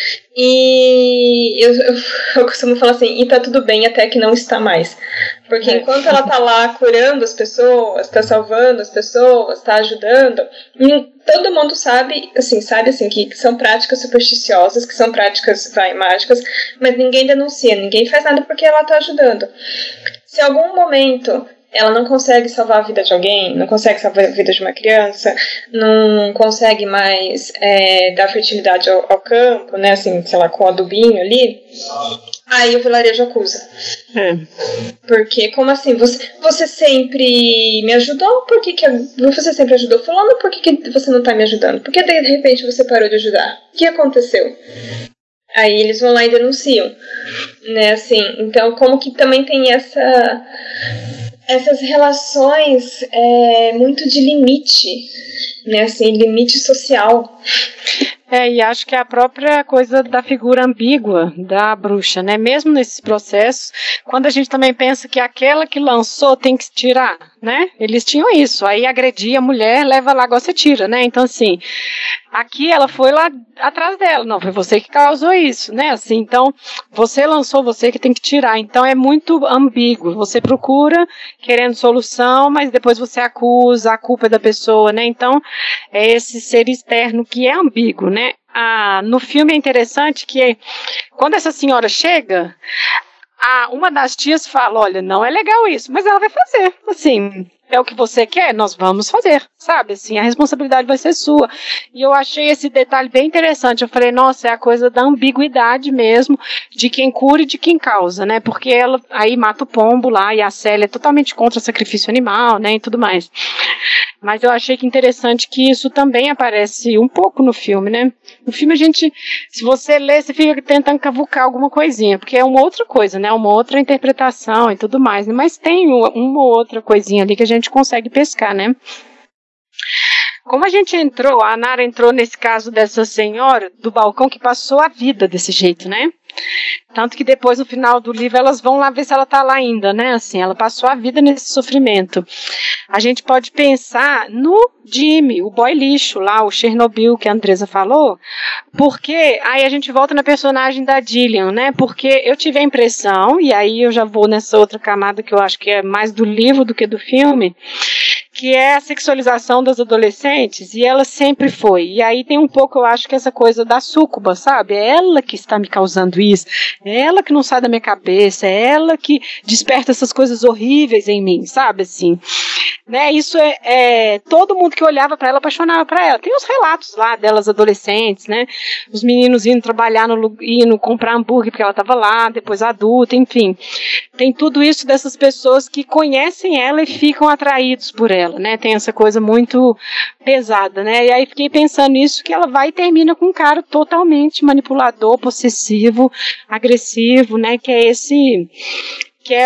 E eu costumo falar assim, e tá tudo bem até que não está mais. Porque enquanto ela tá lá curando as pessoas, tá salvando as pessoas, tá ajudando, todo mundo sabe assim, que são práticas supersticiosas, que são práticas mágicas, mas ninguém denuncia, ninguém faz nada porque ela tá ajudando. Se em algum momento ela não consegue salvar a vida de alguém, não consegue salvar a vida de uma criança, não consegue mais dar fertilidade ao campo, né, assim, sei lá, com o adubinho ali, aí o vilarejo acusa. Porque, como assim, você sempre me ajudou, por que você sempre ajudou fulano, por que você não tá me ajudando? Por que de repente você parou de ajudar? O que aconteceu? Aí eles vão lá e denunciam, né, assim, então como que também tem essas relações muito de limite, né, assim, limite social. E acho que é a própria coisa da figura ambígua da bruxa, né? Mesmo nesses processos, quando a gente também pensa que aquela que lançou tem que tirar, né? Eles tinham isso, aí agredia a mulher, leva lá, agora você tira, né? Então, assim, Aqui ela foi lá atrás dela, não, foi você que causou isso, né, assim, então, você lançou, você que tem que tirar, então é muito ambíguo, você procura querendo solução, mas depois você acusa, a culpa é da pessoa, né, então, é esse ser externo que é ambíguo, né. No filme é interessante que quando essa senhora chega, uma das tias fala, olha, não é legal isso, mas ela vai fazer, assim, é o que você quer, nós vamos fazer, sabe, assim, a responsabilidade vai ser sua, e eu achei esse detalhe bem interessante, eu falei, nossa, é a coisa da ambiguidade mesmo, de quem cura e de quem causa, né, porque ela aí mata o pombo lá, e a Célia é totalmente contra o sacrifício animal, né, e tudo mais, mas eu achei que interessante que isso também aparece um pouco no filme, né, no filme a gente, se você lê, você fica tentando cavucar alguma coisinha, porque é uma outra coisa, né, uma outra interpretação e tudo mais, né? Mas tem uma outra coisinha ali que a gente consegue pescar, né. Como a gente a Nara entrou nesse caso dessa senhora do balcão que passou a vida desse jeito, né, tanto que depois no final do livro elas vão lá ver se ela tá lá ainda, né, assim, ela passou a vida nesse sofrimento. A gente pode pensar no Jimmy, o boy lixo lá, o Chernobyl que a Andresa falou, porque aí a gente volta na personagem da Gillian, né, porque eu tive a impressão, e aí eu já vou nessa outra camada que eu acho que é mais do livro do que do filme, que é a sexualização das adolescentes, e ela sempre foi. E aí tem um pouco, eu acho, que essa coisa da súcuba, sabe? É ela que está me causando isso, é ela que não sai da minha cabeça, é ela que desperta essas coisas horríveis em mim, sabe, assim. Né, isso todo mundo que olhava para ela apaixonava por ela. Tem os relatos lá delas adolescentes, né, os meninos indo trabalhar, indo comprar hambúrguer porque ela estava lá, depois adulta, enfim. Tem tudo isso dessas pessoas que conhecem ela e ficam atraídos por ela, né, tem essa coisa muito pesada, né, e aí fiquei pensando nisso, que ela vai e termina com um cara totalmente manipulador, possessivo, agressivo, né, que é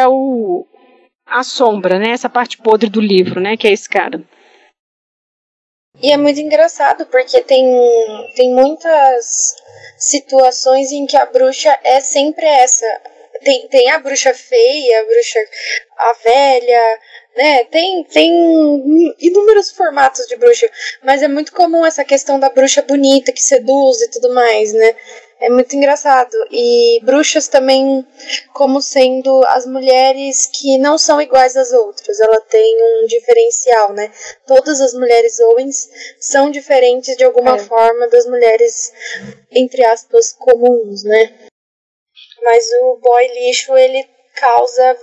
a sombra, né, essa parte podre do livro, né, que é esse cara. E é muito engraçado, porque tem muitas situações em que a bruxa é sempre essa. Tem a bruxa feia, a velha, né, tem inúmeros formatos de bruxa, mas é muito comum essa questão da bruxa bonita, que seduz e tudo mais, né. É muito engraçado. E bruxas também como sendo as mulheres que não são iguais às outras. Ela tem um diferencial, né? Todas as mulheres Owens são diferentes de alguma forma das mulheres, entre aspas, comuns, né? Mas o boy lixo, ele causa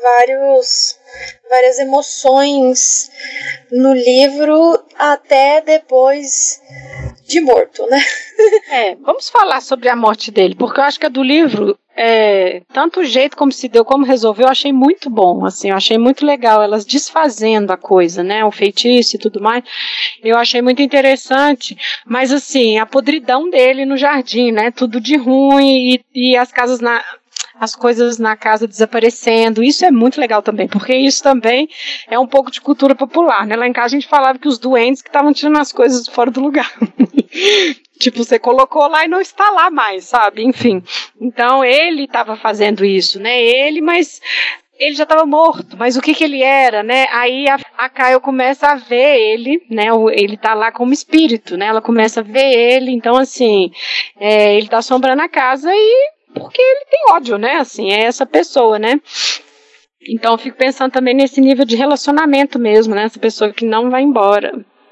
várias emoções no livro até depois de morto, né? Vamos falar sobre a morte dele, porque eu acho que a do livro, tanto o jeito como se deu, como resolveu, eu achei muito bom, assim, eu achei muito legal, elas desfazendo a coisa, né, o feitiço e tudo mais, eu achei muito interessante, mas assim, a podridão dele no jardim, né, tudo de ruim, e as coisas na casa desaparecendo, isso é muito legal também, porque isso também é um pouco de cultura popular, né, lá em casa a gente falava que os doentes que estavam tirando as coisas fora do lugar, tipo, você colocou lá e não está lá mais, sabe, enfim, então ele estava fazendo isso, né, mas ele já estava morto, mas o que ele era, né, aí a Kyle começa a ver ele, né, ele tá lá como espírito, né, ela começa a ver ele, então assim, ele tá assombrando a casa porque ele tem ódio, né, assim, é essa pessoa, né. Então eu fico pensando também nesse nível de relacionamento mesmo, né, essa pessoa que não vai embora.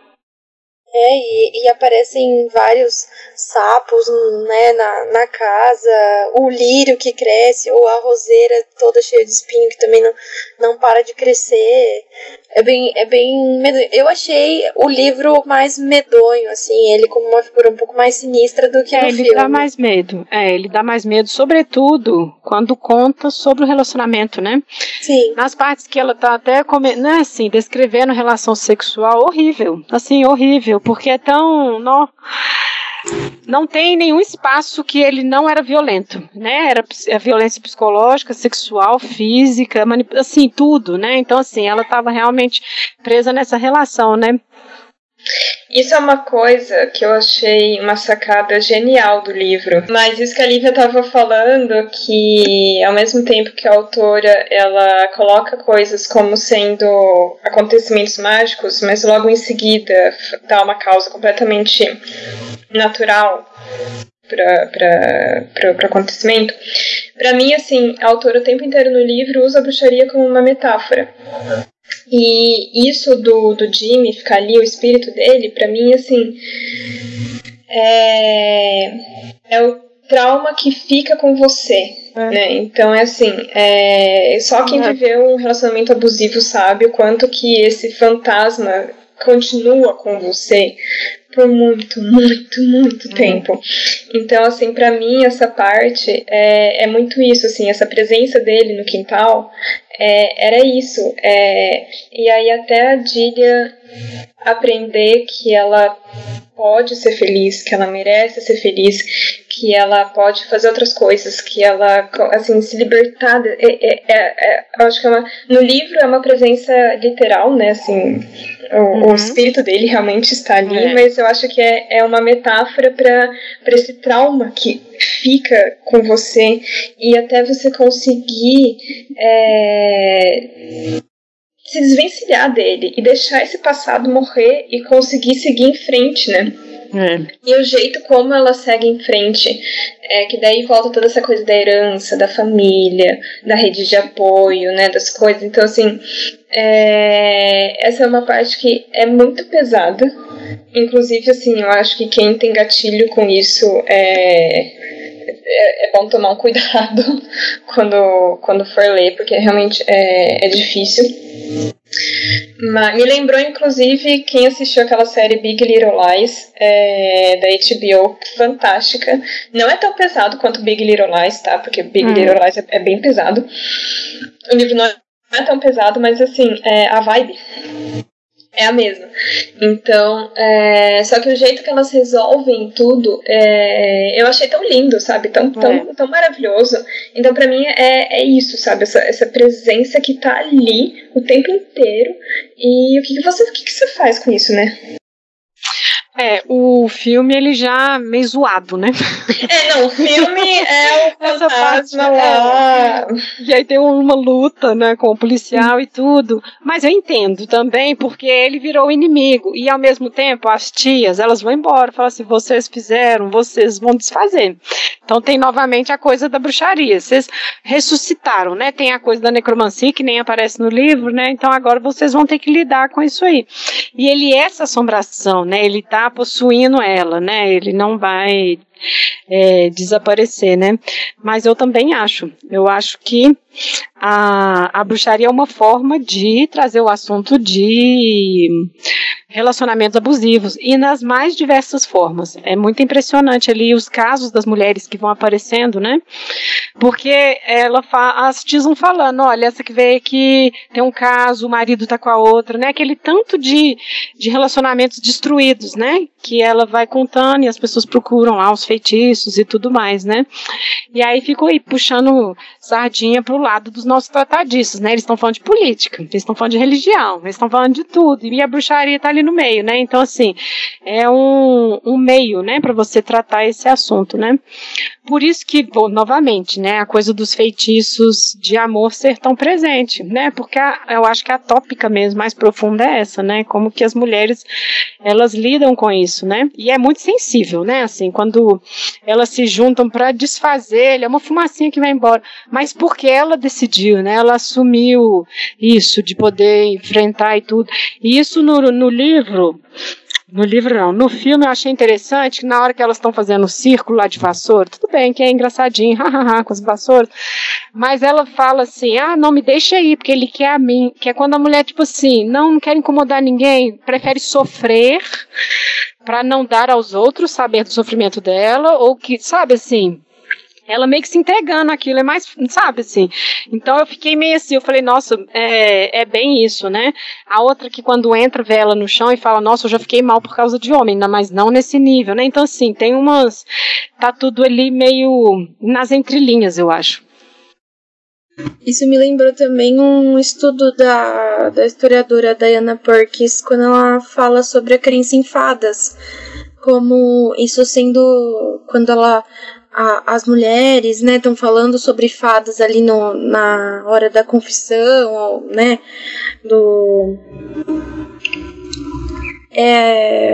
E aparecem vários sapos, né, na casa, o lírio que cresce, ou a roseira toda cheia de espinho que também não para de crescer. É bem medonho. Eu achei o livro mais medonho, assim, ele como uma figura um pouco mais sinistra do que no filme. Ele dá mais medo. Ele dá mais medo, sobretudo quando conta sobre o relacionamento, né? Sim. Nas partes que ela tá até né, assim, descrevendo relação sexual, horrível, assim, horrível, porque é tão... Não tem nenhum espaço que ele não era violento, né, era a violência psicológica, sexual, física, assim, tudo, né, então assim, ela estava realmente presa nessa relação, né. Isso é uma coisa que eu achei uma sacada genial do livro, mas isso que a Lívia estava falando, que ao mesmo tempo que a autora ela coloca coisas como sendo acontecimentos mágicos, mas logo em seguida dá uma causa completamente natural para o acontecimento. Para mim, assim, a autora o tempo inteiro no livro usa a bruxaria como uma metáfora. E isso do Jimmy ficar ali, o espírito dele, para mim, assim, é o trauma que fica com você. Né? Então é assim, só quem viveu um relacionamento abusivo sabe o quanto que esse fantasma continua com você por muito, muito, muito tempo. Então, assim, pra mim essa parte é muito isso, assim, essa presença dele no quintal era isso. E aí até a Dília aprender que ela pode ser feliz, que ela merece ser feliz, que ela pode fazer outras coisas, que ela, assim, se libertar. Eu acho que no livro é uma presença literal, né, assim, o espírito dele realmente está ali, mas eu acho que é uma metáfora para esse trauma que fica com você e até você conseguir se desvencilhar dele e deixar esse passado morrer e conseguir seguir em frente, né? E o jeito como ela segue em frente, que daí volta toda essa coisa da herança, da família, da rede de apoio, né, das coisas. Então, assim, essa é uma parte que é muito pesada. Inclusive, assim, eu acho que quem tem gatilho com isso é bom tomar um cuidado quando for ler, porque realmente é difícil. Mas me lembrou, inclusive, quem assistiu aquela série Big Little Lies, da HBO, fantástica. Não é tão pesado quanto Big Little Lies, tá? Porque Big Little Lies é bem pesado. O livro não é tão pesado, mas, assim, a vibe é a mesma. Então, só que o jeito que elas resolvem tudo, eu achei tão lindo, sabe? Tão maravilhoso. Então, pra mim, é isso, sabe? Essa presença que tá ali o tempo inteiro. E o que você faz com isso, né? O filme, ele já meio zoado, né? O filme é o fantasma lá. E aí tem uma luta, né, com o policial e tudo. Mas eu entendo também, porque ele virou o inimigo. E ao mesmo tempo, as tias, elas vão embora. Falam assim, vocês fizeram, vocês vão desfazer. Então tem novamente a coisa da bruxaria. Vocês ressuscitaram, né? Tem a coisa da necromancia, que nem aparece no livro, né? Então agora vocês vão ter que lidar com isso aí. E ele é essa assombração, né? Ele tá possuindo ela, né? Ele não vai desaparecer, né? Mas eu também acho. Eu acho que a bruxaria é uma forma de trazer o assunto de relacionamentos abusivos e nas mais diversas formas. É muito impressionante ali os casos das mulheres que vão aparecendo, né? Porque as tias vão falando, olha, essa que veio aqui tem um caso, o marido tá com a outra, né? Aquele tanto de relacionamentos destruídos, né? Que ela vai contando e as pessoas procuram lá os feitiços e tudo mais, né? E aí ficam aí puxando sardinha pro lado dos nossos tratadistas, né? Eles estão falando de política, eles estão falando de religião, eles estão falando de tudo, e a bruxaria tá ali no meio, né? Então, assim, é um meio, né, para você tratar esse assunto, né? Por isso que, novamente, né, a coisa dos feitiços de amor ser tão presente, né? Porque eu acho que a tópica mesmo mais profunda é essa, né? Como que as mulheres, elas lidam com isso, né? E é muito sensível, né? Assim, quando elas se juntam para desfazer, é uma fumacinha que vai embora. Mas porque ela decidiu, né? Ela assumiu isso de poder enfrentar e tudo. E isso no livro... No livro não, no filme eu achei interessante que na hora que elas estão fazendo o círculo lá de vassoura, tudo bem que é engraçadinho, com as vassouras, mas ela fala assim, não me deixa aí, porque ele quer a mim, que é quando a mulher tipo assim, não quer incomodar ninguém, prefere sofrer para não dar aos outros saber do sofrimento dela, ou que, sabe assim... Ela meio que se entregando aquilo, é mais, sabe, assim. Então eu fiquei meio assim, eu falei, nossa, é bem isso, né? A outra que quando entra, vê ela no chão e fala, nossa, eu já fiquei mal por causa de homem, mas não nesse nível, né? Então, assim, tem tá tudo ali meio nas entrelinhas, eu acho. Isso me lembrou também um estudo da historiadora Diana Perkins, quando ela fala sobre a crença em fadas, como isso sendo, quando as mulheres, né, estão falando sobre fadas ali na hora da confissão, né,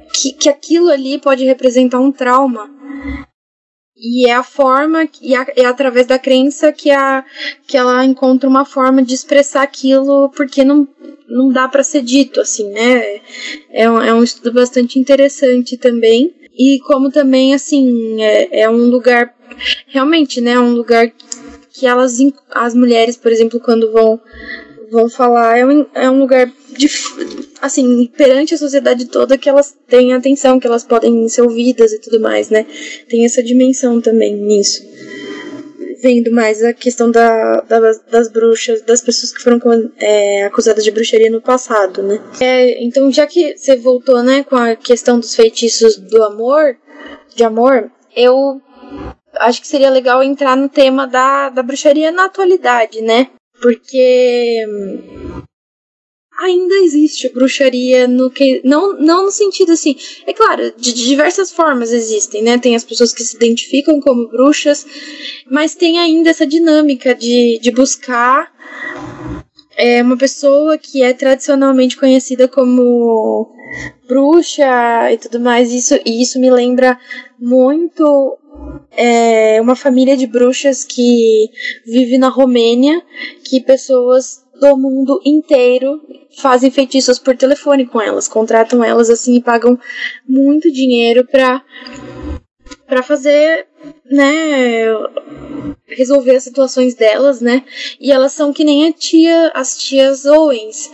que aquilo ali pode representar um trauma. E é a forma, é através da crença que ela encontra uma forma de expressar aquilo, porque não dá para ser dito, assim, né? É um estudo bastante interessante também. E como também, assim, é um lugar, realmente, né? Um lugar que as mulheres, por exemplo, quando vão falar, é um lugar assim, perante a sociedade toda, que elas têm atenção, que elas podem ser ouvidas e tudo mais, né? Tem essa dimensão também nisso. Vendo mais a questão das bruxas, das pessoas que foram acusadas de bruxaria no passado, né? Então, já que você voltou, né, com a questão dos feitiços de amor, eu acho que seria legal entrar no tema da bruxaria na atualidade, né? Porque ainda existe bruxaria não no sentido assim, é claro, de diversas formas existem, né? Tem as pessoas que se identificam como bruxas, mas tem ainda essa dinâmica de buscar uma pessoa que é tradicionalmente conhecida como bruxa e tudo mais. Isso me lembra muito uma família de bruxas que vive na Romênia, que pessoas do mundo inteiro fazem feitiços por telefone com elas, contratam elas assim e pagam muito dinheiro pra fazer, né, resolver as situações delas, né, e elas são que nem as tias Owens.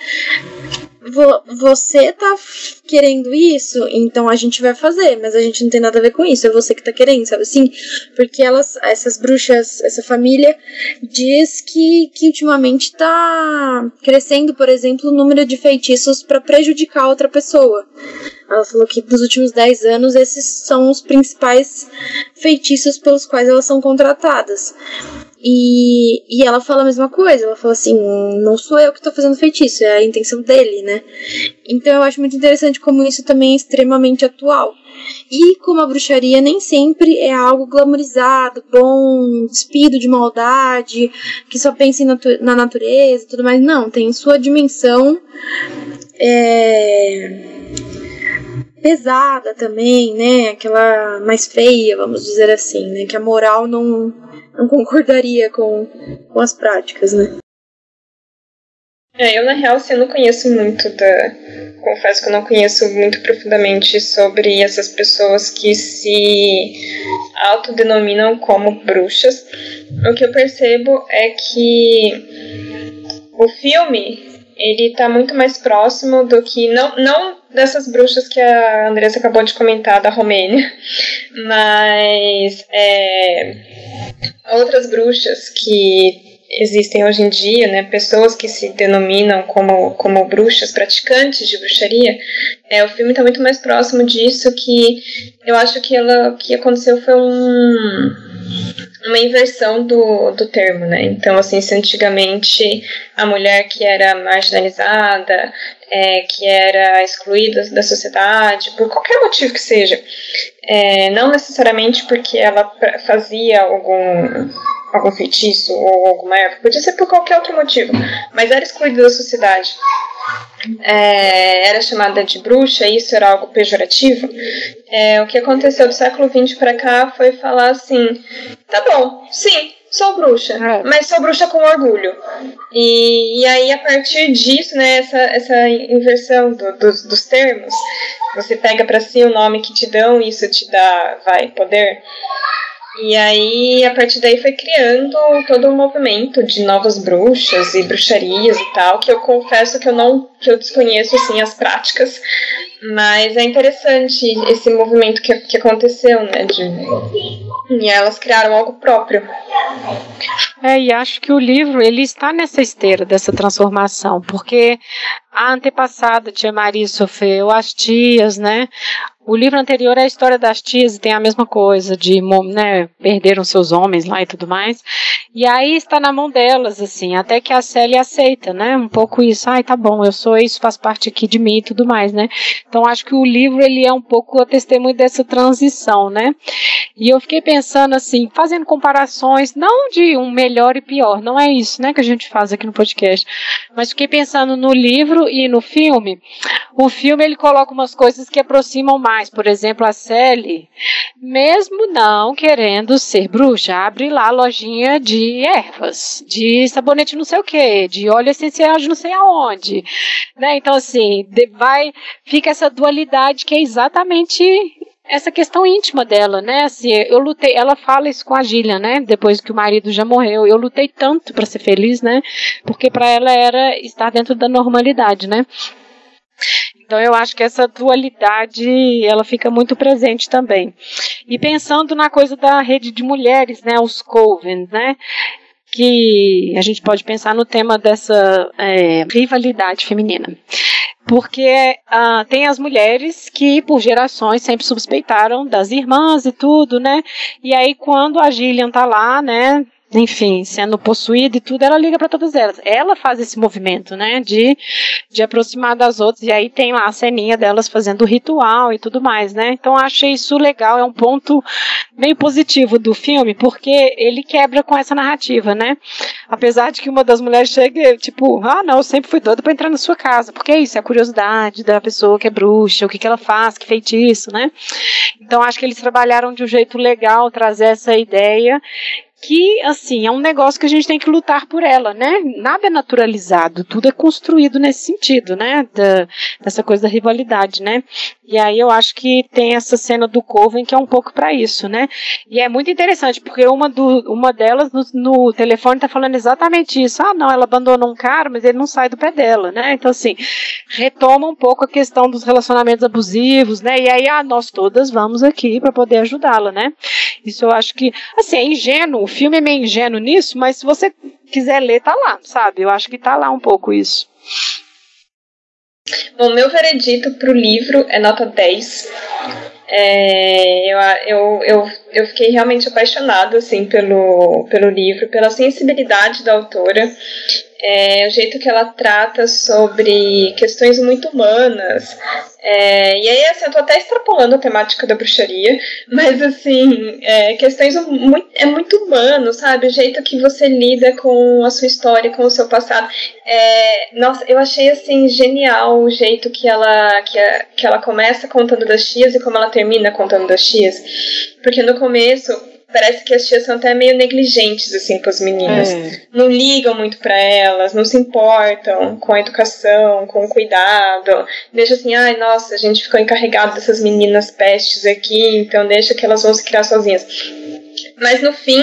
Você tá querendo isso, então a gente vai fazer, mas a gente não tem nada a ver com isso, é você que tá querendo, sabe assim? Porque essas bruxas, essa família diz que ultimamente tá crescendo, por exemplo, o número de feitiços para prejudicar outra pessoa. Ela falou que nos últimos 10 anos esses são os principais feitiços pelos quais elas são contratadas. E ela fala a mesma coisa, ela fala assim, não sou eu que estou fazendo feitiço, é a intenção dele, né? Então eu acho muito interessante como isso também é extremamente atual. E como a bruxaria nem sempre é algo glamorizado, bom, despido de maldade, que só pensa na natureza e tudo mais. Não, tem sua dimensão pesada também, né? Aquela mais feia, vamos dizer assim, né? Que a moral não concordaria com as práticas, né? Eu, na real, assim, eu não conheço muito confesso que eu não conheço muito profundamente sobre essas pessoas que se autodenominam como bruxas. O que eu percebo é que o filme, ele tá muito mais próximo do que... Não dessas bruxas que a Andressa acabou de comentar, da Romênia, mas outras bruxas que existem hoje em dia, né, pessoas que se denominam como bruxas, praticantes de bruxaria. O filme está muito mais próximo disso, que eu acho que o que aconteceu foi uma inversão do termo, né? Então, assim, se antigamente a mulher que era marginalizada, que era excluída da sociedade, por qualquer motivo que seja, não necessariamente porque ela fazia algum feitiço ou alguma erva, podia ser por qualquer outro motivo, mas era excluída da sociedade, era chamada de bruxa, e isso era algo pejorativo. O que aconteceu do século XX para cá foi falar assim, tá bom, sim, sou bruxa, mas sou bruxa com orgulho. E aí, a partir disso, né, essa inversão dos termos, você pega para si o nome que te dão, e isso te dá, poder. E aí, a partir daí, foi criando todo um movimento de novas bruxas e bruxarias e tal, que eu confesso que eu desconheço, assim, as práticas, mas é interessante esse movimento que aconteceu, né, e elas criaram algo próprio. E acho que o livro, ele está nessa esteira dessa transformação, porque a antepassada, Tia Maria, sofreu, as tias, né, O livro anterior é a história das tias e tem a mesma coisa, de, né, perderam seus homens lá e tudo mais. E aí está na mão delas, assim, até que a Sally aceita, né, um pouco isso. Ai, tá bom, eu sou isso, faz parte aqui de mim e tudo mais, né. Então acho que o livro, ele é um pouco a testemunho dessa transição, né. E eu fiquei pensando, assim, fazendo comparações, não de um melhor e pior, não é isso, né, que a gente faz aqui no podcast, mas fiquei pensando no livro e no filme. O filme, ele coloca umas coisas que aproximam mais. Por exemplo, a Sally, mesmo não querendo ser bruxa, abre lá a lojinha de ervas, de sabonete não sei o que, de óleo essencial de não sei aonde, né? Então, assim, fica essa dualidade que é exatamente essa questão íntima dela, né? Assim, eu lutei, ela fala isso com a Gillian, né? Depois que o marido já morreu, eu lutei tanto para ser feliz, né? Porque para ela era estar dentro da normalidade, né? Então eu acho que essa dualidade, ela fica muito presente também. E pensando na coisa da rede de mulheres, né, os Coven, né, que a gente pode pensar no tema dessa rivalidade feminina. Porque tem as mulheres que, por gerações, sempre suspeitaram das irmãs e tudo, né, e aí quando a Gillian tá lá, né, enfim, sendo possuída e tudo, ela liga para todas elas. Ela faz esse movimento, né, de aproximar das outras, e aí tem lá a ceninha delas fazendo o ritual e tudo mais, né. Então, achei isso legal, é um ponto meio positivo do filme, porque ele quebra com essa narrativa, né. Apesar de que uma das mulheres chega, tipo, não, eu sempre fui doida para entrar na sua casa, porque é isso, é a curiosidade da pessoa que é bruxa, o que ela faz, que feitiço, né. Então, acho que eles trabalharam de um jeito legal, trazer essa ideia, que, assim, é um negócio que a gente tem que lutar por ela, né? Nada é naturalizado, tudo é construído nesse sentido, né? Dessa coisa da rivalidade, né? E aí eu acho que tem essa cena do Coven que é um pouco para isso, né? E é muito interessante, porque uma delas no telefone tá falando exatamente isso. Não, ela abandonou um cara, mas ele não sai do pé dela, né? Então, assim, retoma um pouco a questão dos relacionamentos abusivos, né? E aí, nós todas vamos aqui para poder ajudá-la, né? Isso eu acho que, assim, é ingênuo, o filme é meio ingênuo nisso, mas se você quiser ler, tá lá, sabe? Eu acho que tá lá um pouco isso. Bom, meu veredito pro livro é nota 10. Eu fiquei realmente apaixonada, assim, pelo livro, pela sensibilidade da autora, o jeito que ela trata sobre questões muito humanas. E aí, assim, eu tô até extrapolando a temática da bruxaria, mas, assim, questões muito humano, sabe? O jeito que você lida com a sua história, com o seu passado. Nossa, eu achei, assim, genial o jeito que ela começa contando das tias e como ela termina contando das tias. Porque no começo parece que as tias são até meio negligentes, assim, com as meninas. Não ligam muito pra elas, não se importam com a educação, com o cuidado. Deixa assim, nossa, a gente ficou encarregado dessas meninas pestes aqui, então deixa que elas vão se criar sozinhas. Mas no fim,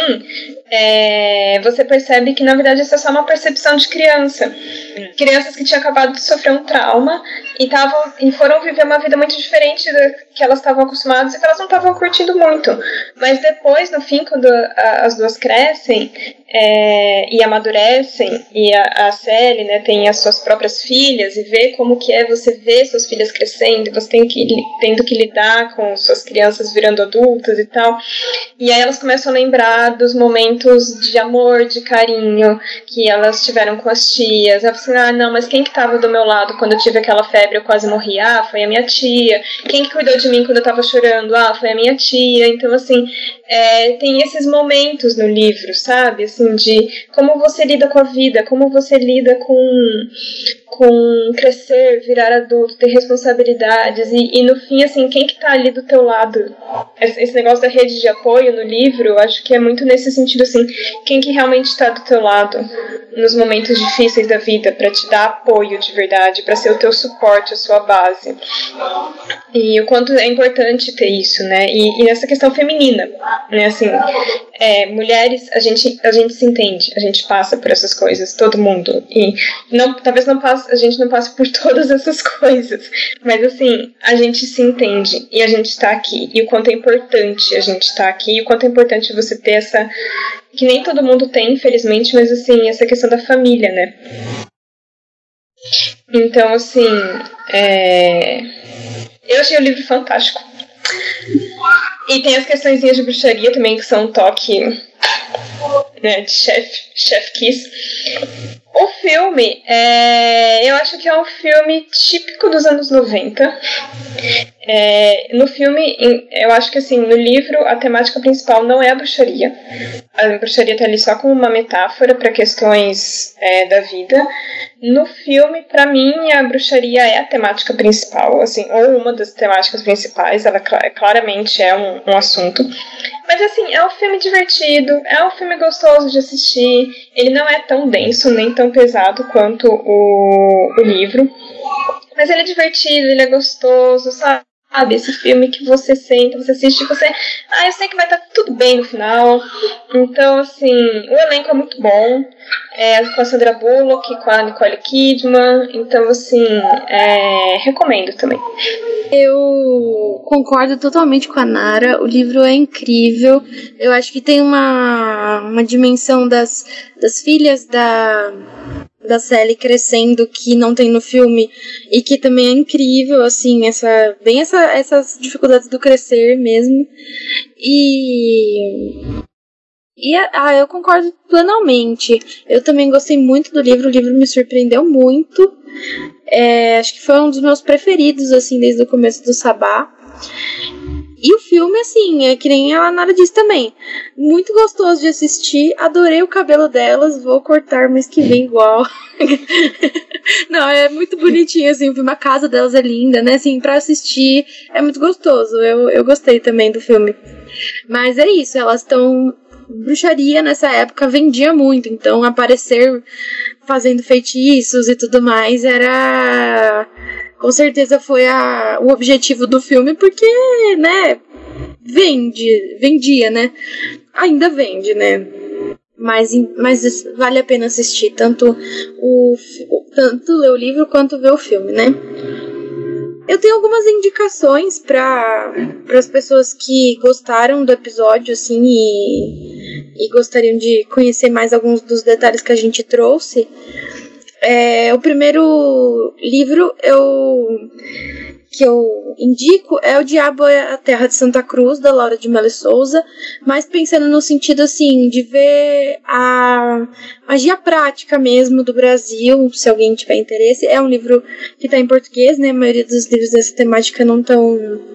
você percebe que na verdade isso é só uma percepção de criança. Crianças que tinham acabado de sofrer um trauma e foram viver uma vida muito diferente da que elas estavam acostumadas e que elas não estavam curtindo muito. Mas depois, no fim, quando as duas crescem e amadurecem, e a Sally, né, tem as suas próprias filhas, e vê como que é você ver suas filhas crescendo, e você tendo que lidar com suas crianças virando adultas e tal. E aí elas começam a lembrar dos momentos de amor, de carinho que elas tiveram com as tias. Elas falam assim, não, mas quem que estava do meu lado quando eu tive aquela febre, eu quase morri? Foi a minha tia. Quem que cuidou de mim quando eu estava chorando? Foi a minha tia. Então, assim, tem esses momentos no livro, sabe? Assim, de como você lida com a vida, como você lida com crescer, virar adulto, ter responsabilidades e no fim, assim, quem que tá ali do teu lado? Esse negócio da rede de apoio no livro, eu acho que é muito nesse sentido, assim, quem que realmente tá do teu lado nos momentos difíceis da vida, para te dar apoio de verdade, para ser o teu suporte, a sua base. E o quanto é importante ter isso, né? E nessa questão feminina, né? Assim, mulheres, a gente se entende, a gente passa por essas coisas, todo mundo. E talvez a gente não passe por todas essas coisas, mas assim, a gente se entende e a gente está aqui. E o quanto é importante a gente estar aqui, e o quanto é importante você ter essa, que nem todo mundo tem, infelizmente, mas assim, essa questão da família, né? Então, assim, eu achei o livro fantástico. E tem as questõezinhas de bruxaria também, que são um toque, né, de chef kiss. O filme, eu acho que é um filme típico dos anos 90. No filme, eu acho que assim, no livro a temática principal não é a bruxaria. A bruxaria tá ali só como uma metáfora para questões da vida. No filme, para mim, a bruxaria é a temática principal, assim, ou uma das temáticas principais. Ela claramente é um assunto. Mas assim, é um filme divertido, é um filme gostoso de assistir. Ele não é tão denso, nem tão pesado quanto o livro. Mas ele é divertido, ele é gostoso, sabe? Esse filme que você senta, você assiste, você... eu sei que vai estar tudo bem no final. Então, assim, o elenco é muito bom. Com a Sandra Bullock, com a Nicole Kidman. Então, assim, recomendo também. Eu concordo totalmente com a Nara. O livro é incrível. Eu acho que tem uma dimensão das filhas da Sally crescendo que não tem no filme e que também é incrível, assim, essas dificuldades do crescer mesmo. Eu concordo plenamente. Eu também gostei muito do livro, o livro me surpreendeu muito. Acho que foi um dos meus preferidos, assim, desde o começo do Sabá. E o filme, assim, é que nem a Nara disse também, muito gostoso de assistir, adorei o cabelo delas, vou cortar mês que vem igual. Não, é muito bonitinho, assim, a casa delas é linda, né, assim, pra assistir é muito gostoso, eu gostei também do filme. Mas é isso, elas estão... Bruxaria nessa época vendia muito, então aparecer fazendo feitiços e tudo mais era... Com certeza foi o objetivo do filme, porque, né, vendia, né? Ainda vende, né? Mas vale a pena assistir, tanto ler o livro quanto ver o filme, né? Eu tenho algumas indicações para as pessoas que gostaram do episódio, assim, e gostariam de conhecer mais alguns dos detalhes que a gente trouxe. O primeiro livro que eu indico é O Diabo é a Terra de Santa Cruz, da Laura de Melo Souza, mas pensando no sentido, assim, de ver a magia prática mesmo do Brasil, se alguém tiver interesse. É um livro que está em português, né? A maioria dos livros dessa temática não estão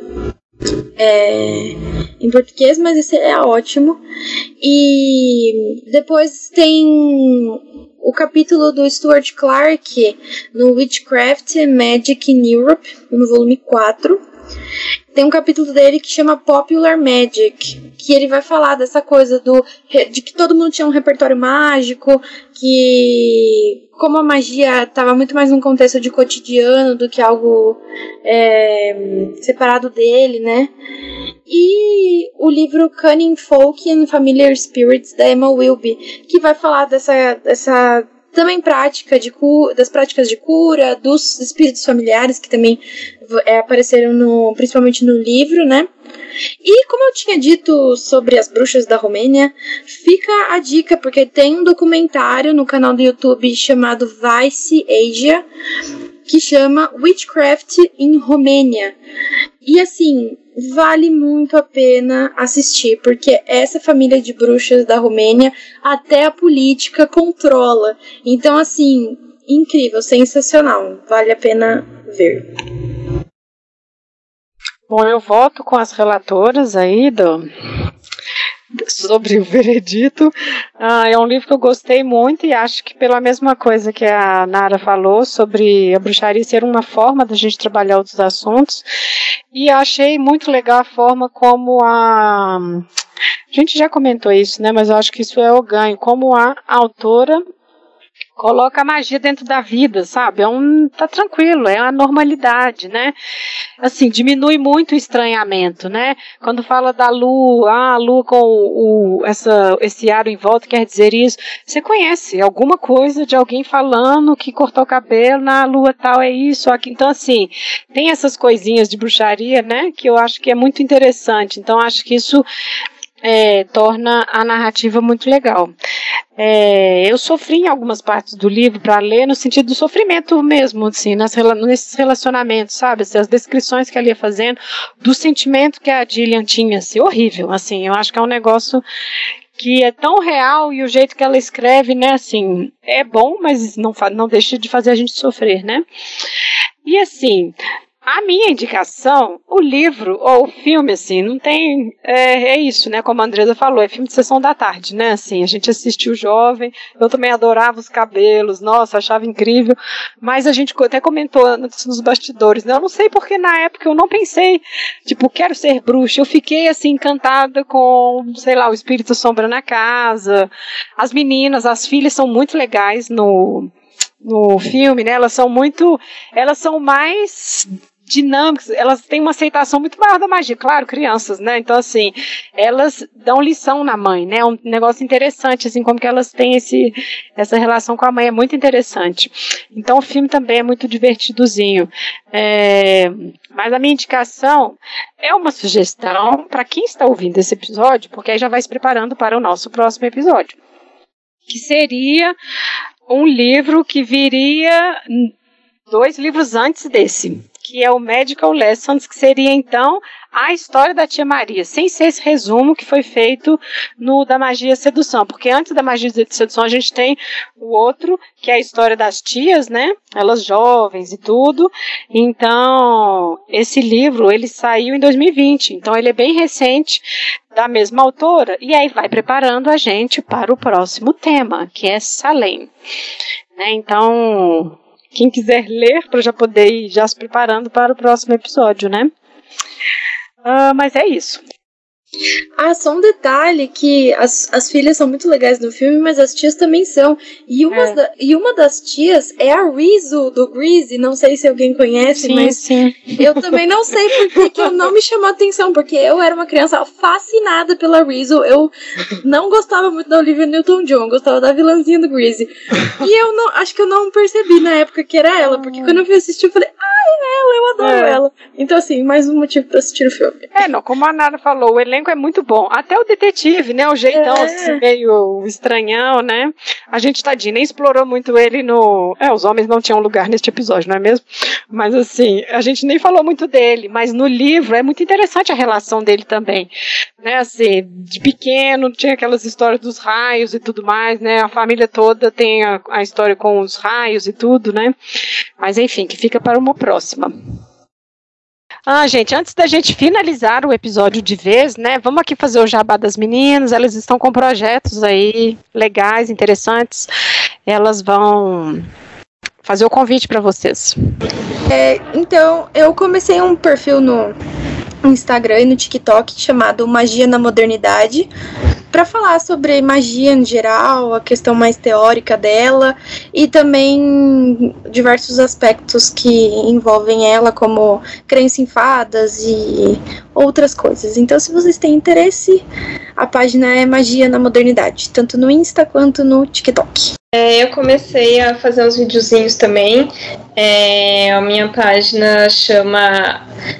em português, mas esse é ótimo. E depois tem o capítulo do Stuart Clarke no Witchcraft Magic in Europe, no volume 4. Tem um capítulo dele que chama Popular Magic, que ele vai falar dessa coisa de que todo mundo tinha um repertório mágico, que como a magia estava muito mais num contexto de cotidiano do que algo separado dele, né? E o livro Cunning Folk and Familiar Spirits, da Emma Wilby, que vai falar dessa também das práticas de cura, dos espíritos familiares, que também apareceram principalmente no livro, né? E como eu tinha dito sobre as bruxas da Romênia, fica a dica, porque tem um documentário no canal do YouTube chamado Vice Asia, que chama Witchcraft in Romênia. E assim, vale muito a pena assistir, porque essa família de bruxas da Romênia até a política controla. Então, assim, incrível, sensacional, vale a pena ver. Bom, eu volto com as relatoras aí sobre o veredito. É um livro que eu gostei muito e acho que pela mesma coisa que a Nara falou sobre a bruxaria ser uma forma da gente trabalhar outros assuntos, e achei muito legal a forma como a gente já comentou isso, né, mas eu acho que isso é o ganho, como a autora coloca a magia dentro da vida, sabe? Tá tranquilo, é a normalidade, né? Assim, diminui muito o estranhamento, né? Quando fala da lua, a lua com esse aro em volta quer dizer isso. Você conhece alguma coisa de alguém falando que cortou o cabelo na lua tal, é isso, aqui. Então, assim, tem essas coisinhas de bruxaria, né? Que eu acho que é muito interessante. Então, acho que isso torna a narrativa muito legal. Eu sofri em algumas partes do livro para ler no sentido do sofrimento mesmo, assim, nesses relacionamentos, sabe? As descrições que ela ia fazendo, do sentimento que a Gillian tinha, assim, horrível, assim, eu acho que é um negócio que é tão real e o jeito que ela escreve, né, assim, é bom, mas não deixa de fazer a gente sofrer, né? E assim, a minha indicação, o livro ou o filme, assim, não tem, é isso, né, como a Andresa falou, é filme de sessão da tarde, né, assim, a gente assistiu jovem, eu também adorava os cabelos, nossa, achava incrível, mas a gente até comentou nos bastidores, né, eu não sei porque na época eu não pensei, tipo, quero ser bruxa, eu fiquei, assim, encantada com, sei lá, o espírito sombra na casa, as meninas, as filhas são muito legais no filme, né, elas são mais dinâmicas, elas têm uma aceitação muito maior da magia, claro, crianças, né, então assim, elas dão lição na mãe, né, um negócio interessante, assim, como que elas têm essa relação com a mãe, é muito interessante, então o filme também é muito divertidozinho, mas a minha indicação é uma sugestão para quem está ouvindo esse episódio, porque aí já vai se preparando para o nosso próximo episódio, que seria um livro que viria 2 livros antes desse, que é o Magical Lessons, que seria então a história da Tia Maria, sem ser esse resumo que foi feito no da Magia e Sedução, porque antes da Magia e Sedução a gente tem o outro, que é a história das tias, né, elas jovens e tudo, então esse livro ele saiu em 2020, então ele é bem recente, da mesma autora, e aí vai preparando a gente para o próximo tema, que é Salem, né, então quem quiser ler, para já poder ir já se preparando para o próximo episódio, né? Mas é isso. Só um detalhe, que as filhas são muito legais no filme, mas as tias também são. E uma das tias é a Rizzo, do Grease, não sei se alguém conhece, sim. Eu também não sei porque que eu não me chamou a atenção, porque eu era uma criança fascinada pela Rizzo, eu não gostava muito da Olivia Newton-John, eu gostava da vilãzinha do Grease. E acho que eu não percebi na época que era ela, porque quando eu fui assistir eu falei, é ela, eu adoro ela. Então assim, mais um motivo pra assistir o filme. Como a Nara falou, o elenco é muito bom. Até o detetive, né? O jeitão assim, meio estranhão, né? A gente, tadinho, nem explorou muito ele os homens não tinham lugar neste episódio, não é mesmo? Mas assim, a gente nem falou muito dele, mas no livro é muito interessante a relação dele também, né? Assim, de pequeno tinha aquelas histórias dos raios e tudo mais, né? A família toda tem a história com os raios e tudo, né? Mas enfim, que fica para uma próxima. Gente, antes da gente finalizar o episódio de vez, né, vamos aqui fazer o jabá das meninas, elas estão com projetos aí legais, interessantes, elas vão fazer o convite para vocês. Então, eu comecei um perfil no Instagram e no TikTok chamado Magia na Modernidade, para falar sobre magia em geral, a questão mais teórica dela e também diversos aspectos que envolvem ela, como crença em fadas e outras coisas. Então, se vocês têm interesse, a página é Magia na Modernidade, tanto no Insta quanto no TikTok. Eu comecei a fazer uns videozinhos também. A minha página chama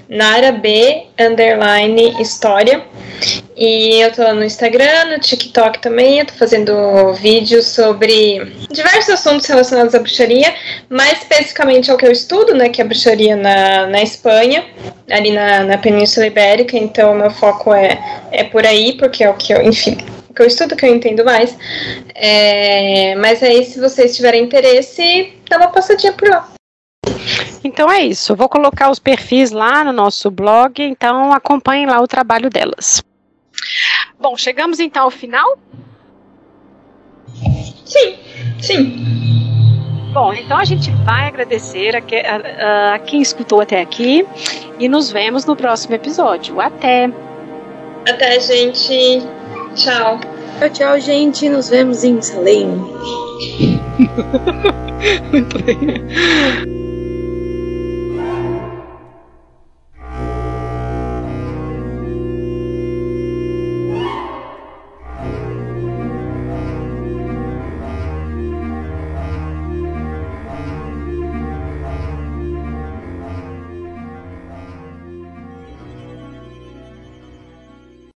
NaraB_História. E eu tô no Instagram, no TikTok também. Eu tô fazendo vídeos sobre diversos assuntos relacionados à bruxaria, mais especificamente ao que eu estudo, né, que é a bruxaria na Espanha, ali na Península Ibérica. Então, meu foco é por aí, porque é o que eu, enfim, que eu estudo, que eu entendo mais. Mas aí, se vocês tiverem interesse, dá uma passadinha por lá. Então é isso, eu vou colocar os perfis lá no nosso blog, então acompanhem lá o trabalho delas. Bom, chegamos então ao final? Sim. Bom, então a gente vai agradecer a quem escutou até aqui e nos vemos no próximo episódio. Até! Até, gente! Tchau! Tchau, gente! Nos vemos em Salem! Muito bem.